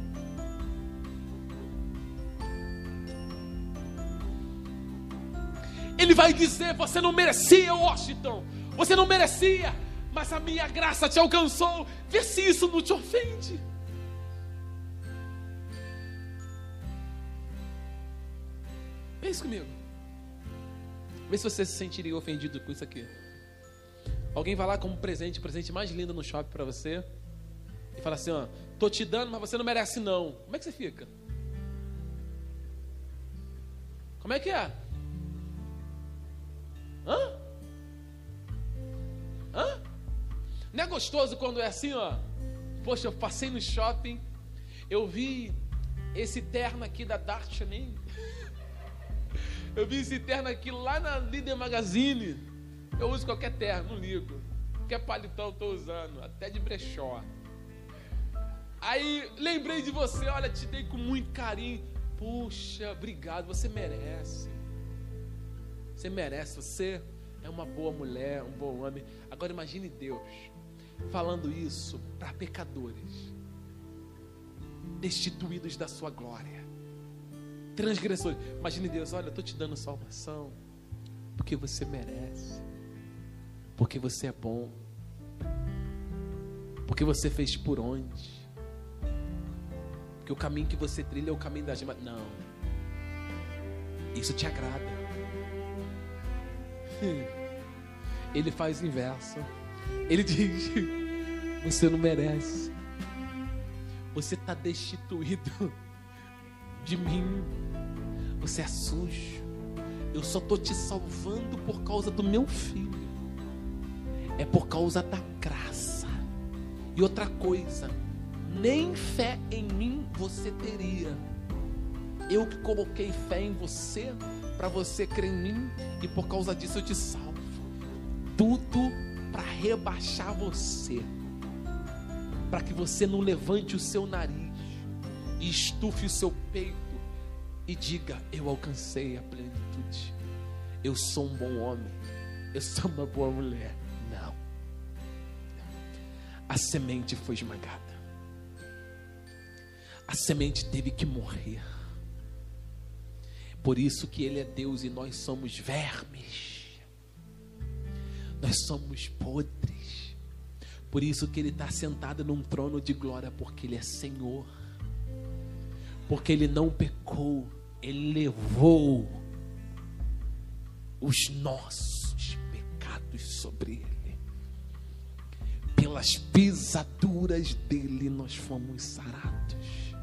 Ele vai dizer: você não merecia, Washington, você não merecia, mas a minha graça te alcançou. Vê se isso não te ofende. Pense comigo. Vê se você se sentiria ofendido com isso aqui. Alguém vai lá com um presente, o presente mais lindo no shopping para você, e fala assim: ó, tô te dando, mas você não merece não. Como é que você fica? Como é que é? Hã? Não é gostoso quando é assim, ó? Poxa, eu passei no shopping, eu vi esse terno aqui da Dartchanin. Eu vi esse terno aqui lá na Líder Magazine. Eu uso qualquer terno, não ligo. Qualquer paletó eu estou usando, até de brechó. Aí lembrei de você, olha, te dei com muito carinho. Puxa, obrigado, você merece. Você merece, você é uma boa mulher, um bom homem. Agora imagine Deus falando isso para pecadores, destituídos da sua glória, transgressores. Imagine Deus: olha, eu estou te dando salvação porque você merece, porque você é bom, porque você fez por onde, porque o caminho que você trilha é o caminho das gemas. Não, isso te agrada. Ele faz o inverso. Ele diz: você não merece, você está destituído de mim, você é sujo, eu só estou te salvando por causa do meu filho, é por causa da graça. E outra coisa, nem fé em mim você teria, eu que coloquei fé em você, para você crer em mim, e por causa disso eu te salvo. Tudo para rebaixar você, para que você não levante o seu nariz e estufe o seu peito e diga: eu alcancei a plenitude, eu sou um bom homem, eu sou uma boa mulher. Não. A semente foi esmagada, a semente teve que morrer. Por isso que Ele é Deus e nós somos vermes, nós somos podres. Por isso que Ele está sentado num trono de glória, porque Ele é Senhor, porque Ele não pecou, Ele levou os nossos pecados sobre Ele. Pelas pisaduras dEle nós fomos sarados.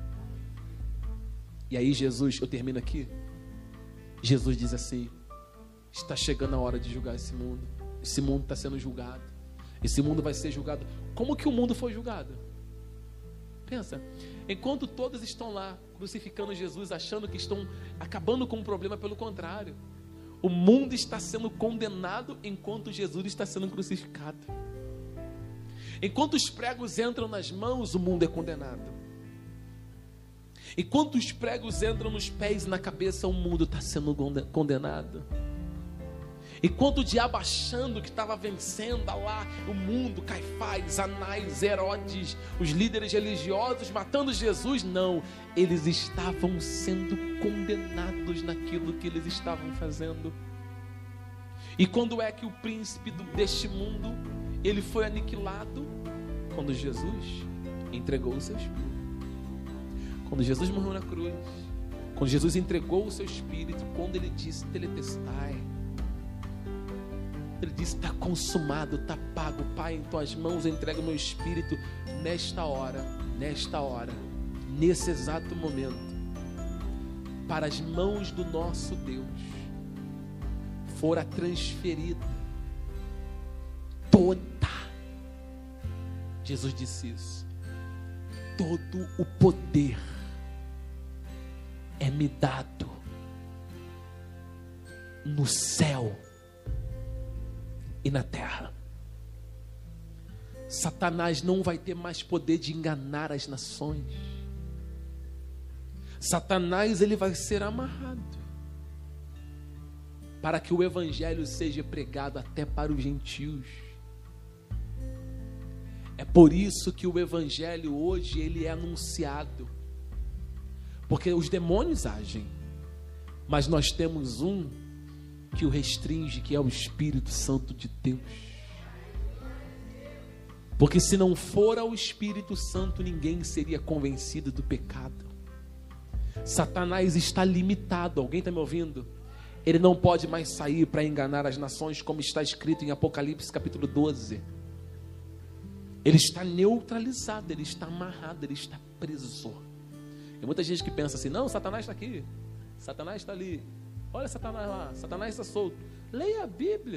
E aí Jesus, eu termino aqui, Jesus diz assim: está chegando a hora de julgar esse mundo. Esse mundo está sendo julgado. Esse mundo vai ser julgado. Como que o mundo foi julgado? Pensa, enquanto todos estão lá crucificando Jesus, achando que estão acabando com o problema, pelo contrário, o mundo está sendo condenado enquanto Jesus está sendo crucificado. Enquanto os pregos entram nas mãos, o mundo é condenado. Enquanto os pregos entram nos pés e na cabeça, o mundo está sendo condenado. Enquanto o diabo achando que estava vencendo lá o mundo, Caifás, Anás, Herodes, os líderes religiosos matando Jesus, não, eles estavam sendo condenados naquilo que eles estavam fazendo. E quando é que o príncipe deste mundo, ele foi aniquilado? Quando Jesus entregou o seu espírito. Quando Jesus morreu na cruz, Quando Jesus entregou o seu Espírito, quando ele disse teletestai, ele disse: está consumado, está pago. Pai, em tuas mãos eu entrego o meu Espírito. Nesta hora, nesse exato momento, para as mãos do nosso Deus fora transferida toda, Jesus disse isso, todo o poder é me dado no céu e na terra. Satanás não vai ter mais poder de enganar as nações. Satanás, ele vai ser amarrado para que o evangelho seja pregado até para os gentios. É por isso que o evangelho hoje ele é anunciado, porque os demônios agem, mas nós temos um que o restringe, que é o Espírito Santo de Deus. Porque se não for ao Espírito Santo, ninguém seria convencido do pecado. Satanás está limitado. Alguém está me ouvindo? Ele não pode mais sair para enganar as nações, como está escrito em Apocalipse capítulo 12. Ele está neutralizado, ele está amarrado, ele está preso. Tem muita gente que pensa assim: não, Satanás está aqui, Satanás está ali. Olha Satanás lá, Satanás está solto. Leia a Bíblia.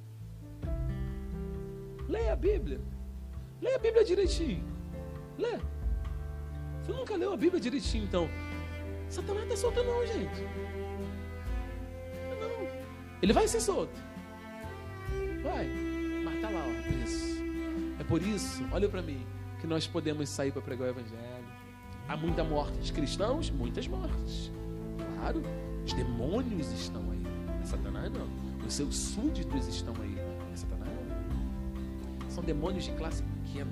Leia a Bíblia. Leia a Bíblia direitinho. Lê. Você nunca leu a Bíblia direitinho, então. Satanás não está solto não, gente. Não. Ele vai ser solto. Vai. Mas está lá, ó, preso. É por isso, olha para mim, que nós podemos sair para pregar o Evangelho. Há muita morte de cristãos, muitas mortes. Claro, os demônios estão aí. Não é Satanás não. Os seus súditos estão aí. Não é Satanás não. São demônios de classe pequena.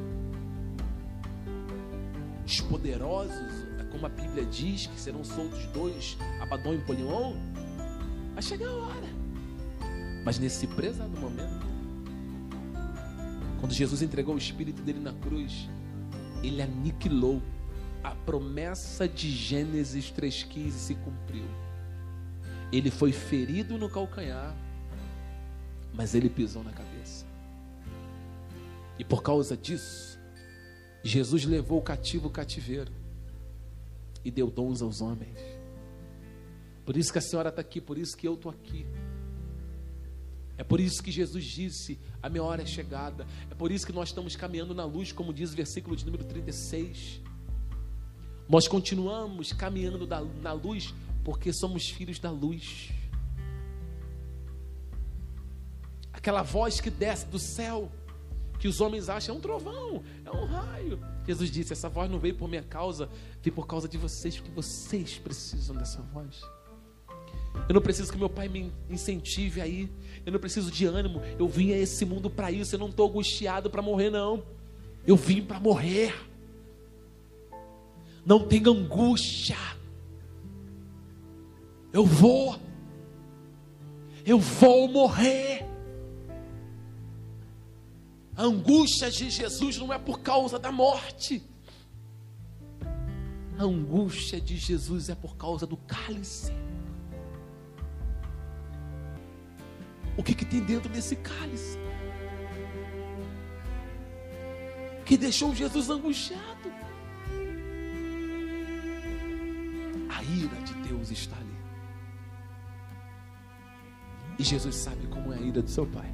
Os poderosos, como a Bíblia diz, que serão soltos dois, Abaddon e Polion, vai chegar a hora. Mas nesse prezado momento, quando Jesus entregou o Espírito dele na cruz, ele aniquilou. A promessa de Gênesis 3,15 se cumpriu. Ele foi ferido no calcanhar, mas ele pisou na cabeça. E por causa disso, Jesus levou o cativo o cativeiro e deu dons aos homens. Por isso que a senhora está aqui, por isso que eu estou aqui. É por isso que Jesus disse: a minha hora é chegada. É por isso que nós estamos caminhando na luz, como diz o versículo de número 36. Nós continuamos caminhando na luz, porque somos filhos da luz. Aquela voz que desce do céu, que os homens acham é um trovão, é um raio. Jesus disse: essa voz não veio por minha causa, veio por causa de vocês, porque vocês precisam dessa voz. Eu não preciso que meu pai me incentive aí. Eu não preciso de ânimo. Eu vim a esse mundo para isso. Eu não estou angustiado para morrer, não. Eu vim para morrer. Não tenha angústia. Eu vou morrer. A angústia de Jesus não é por causa da morte. A angústia de Jesus é por causa do cálice. O que tem dentro desse cálice? Que deixou Jesus angustiado? A ira de Deus está ali. E Jesus sabe como é a ira do seu Pai.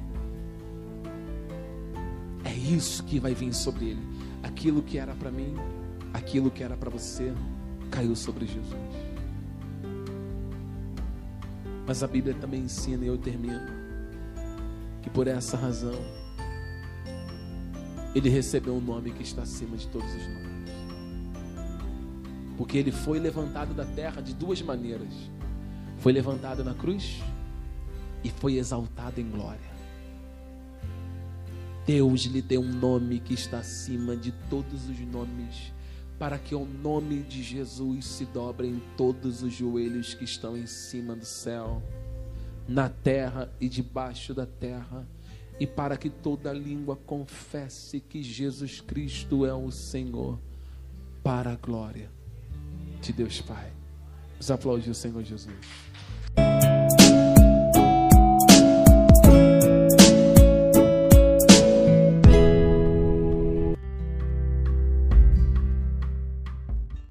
É isso que vai vir sobre ele. Aquilo que era para mim, aquilo que era para você, caiu sobre Jesus. Mas a Bíblia também ensina, e eu termino, que por essa razão ele recebeu um nome que está acima de todos os nomes. Porque ele foi levantado da terra de duas maneiras. Foi levantado na cruz e foi exaltado em glória. Deus lhe deu um nome que está acima de todos os nomes, para que ao nome de Jesus se dobrem todos os joelhos que estão em cima do céu, na terra e debaixo da terra, e para que toda língua confesse que Jesus Cristo é o Senhor, para a glória de Deus Pai. Vamos aplaudir o Senhor Jesus.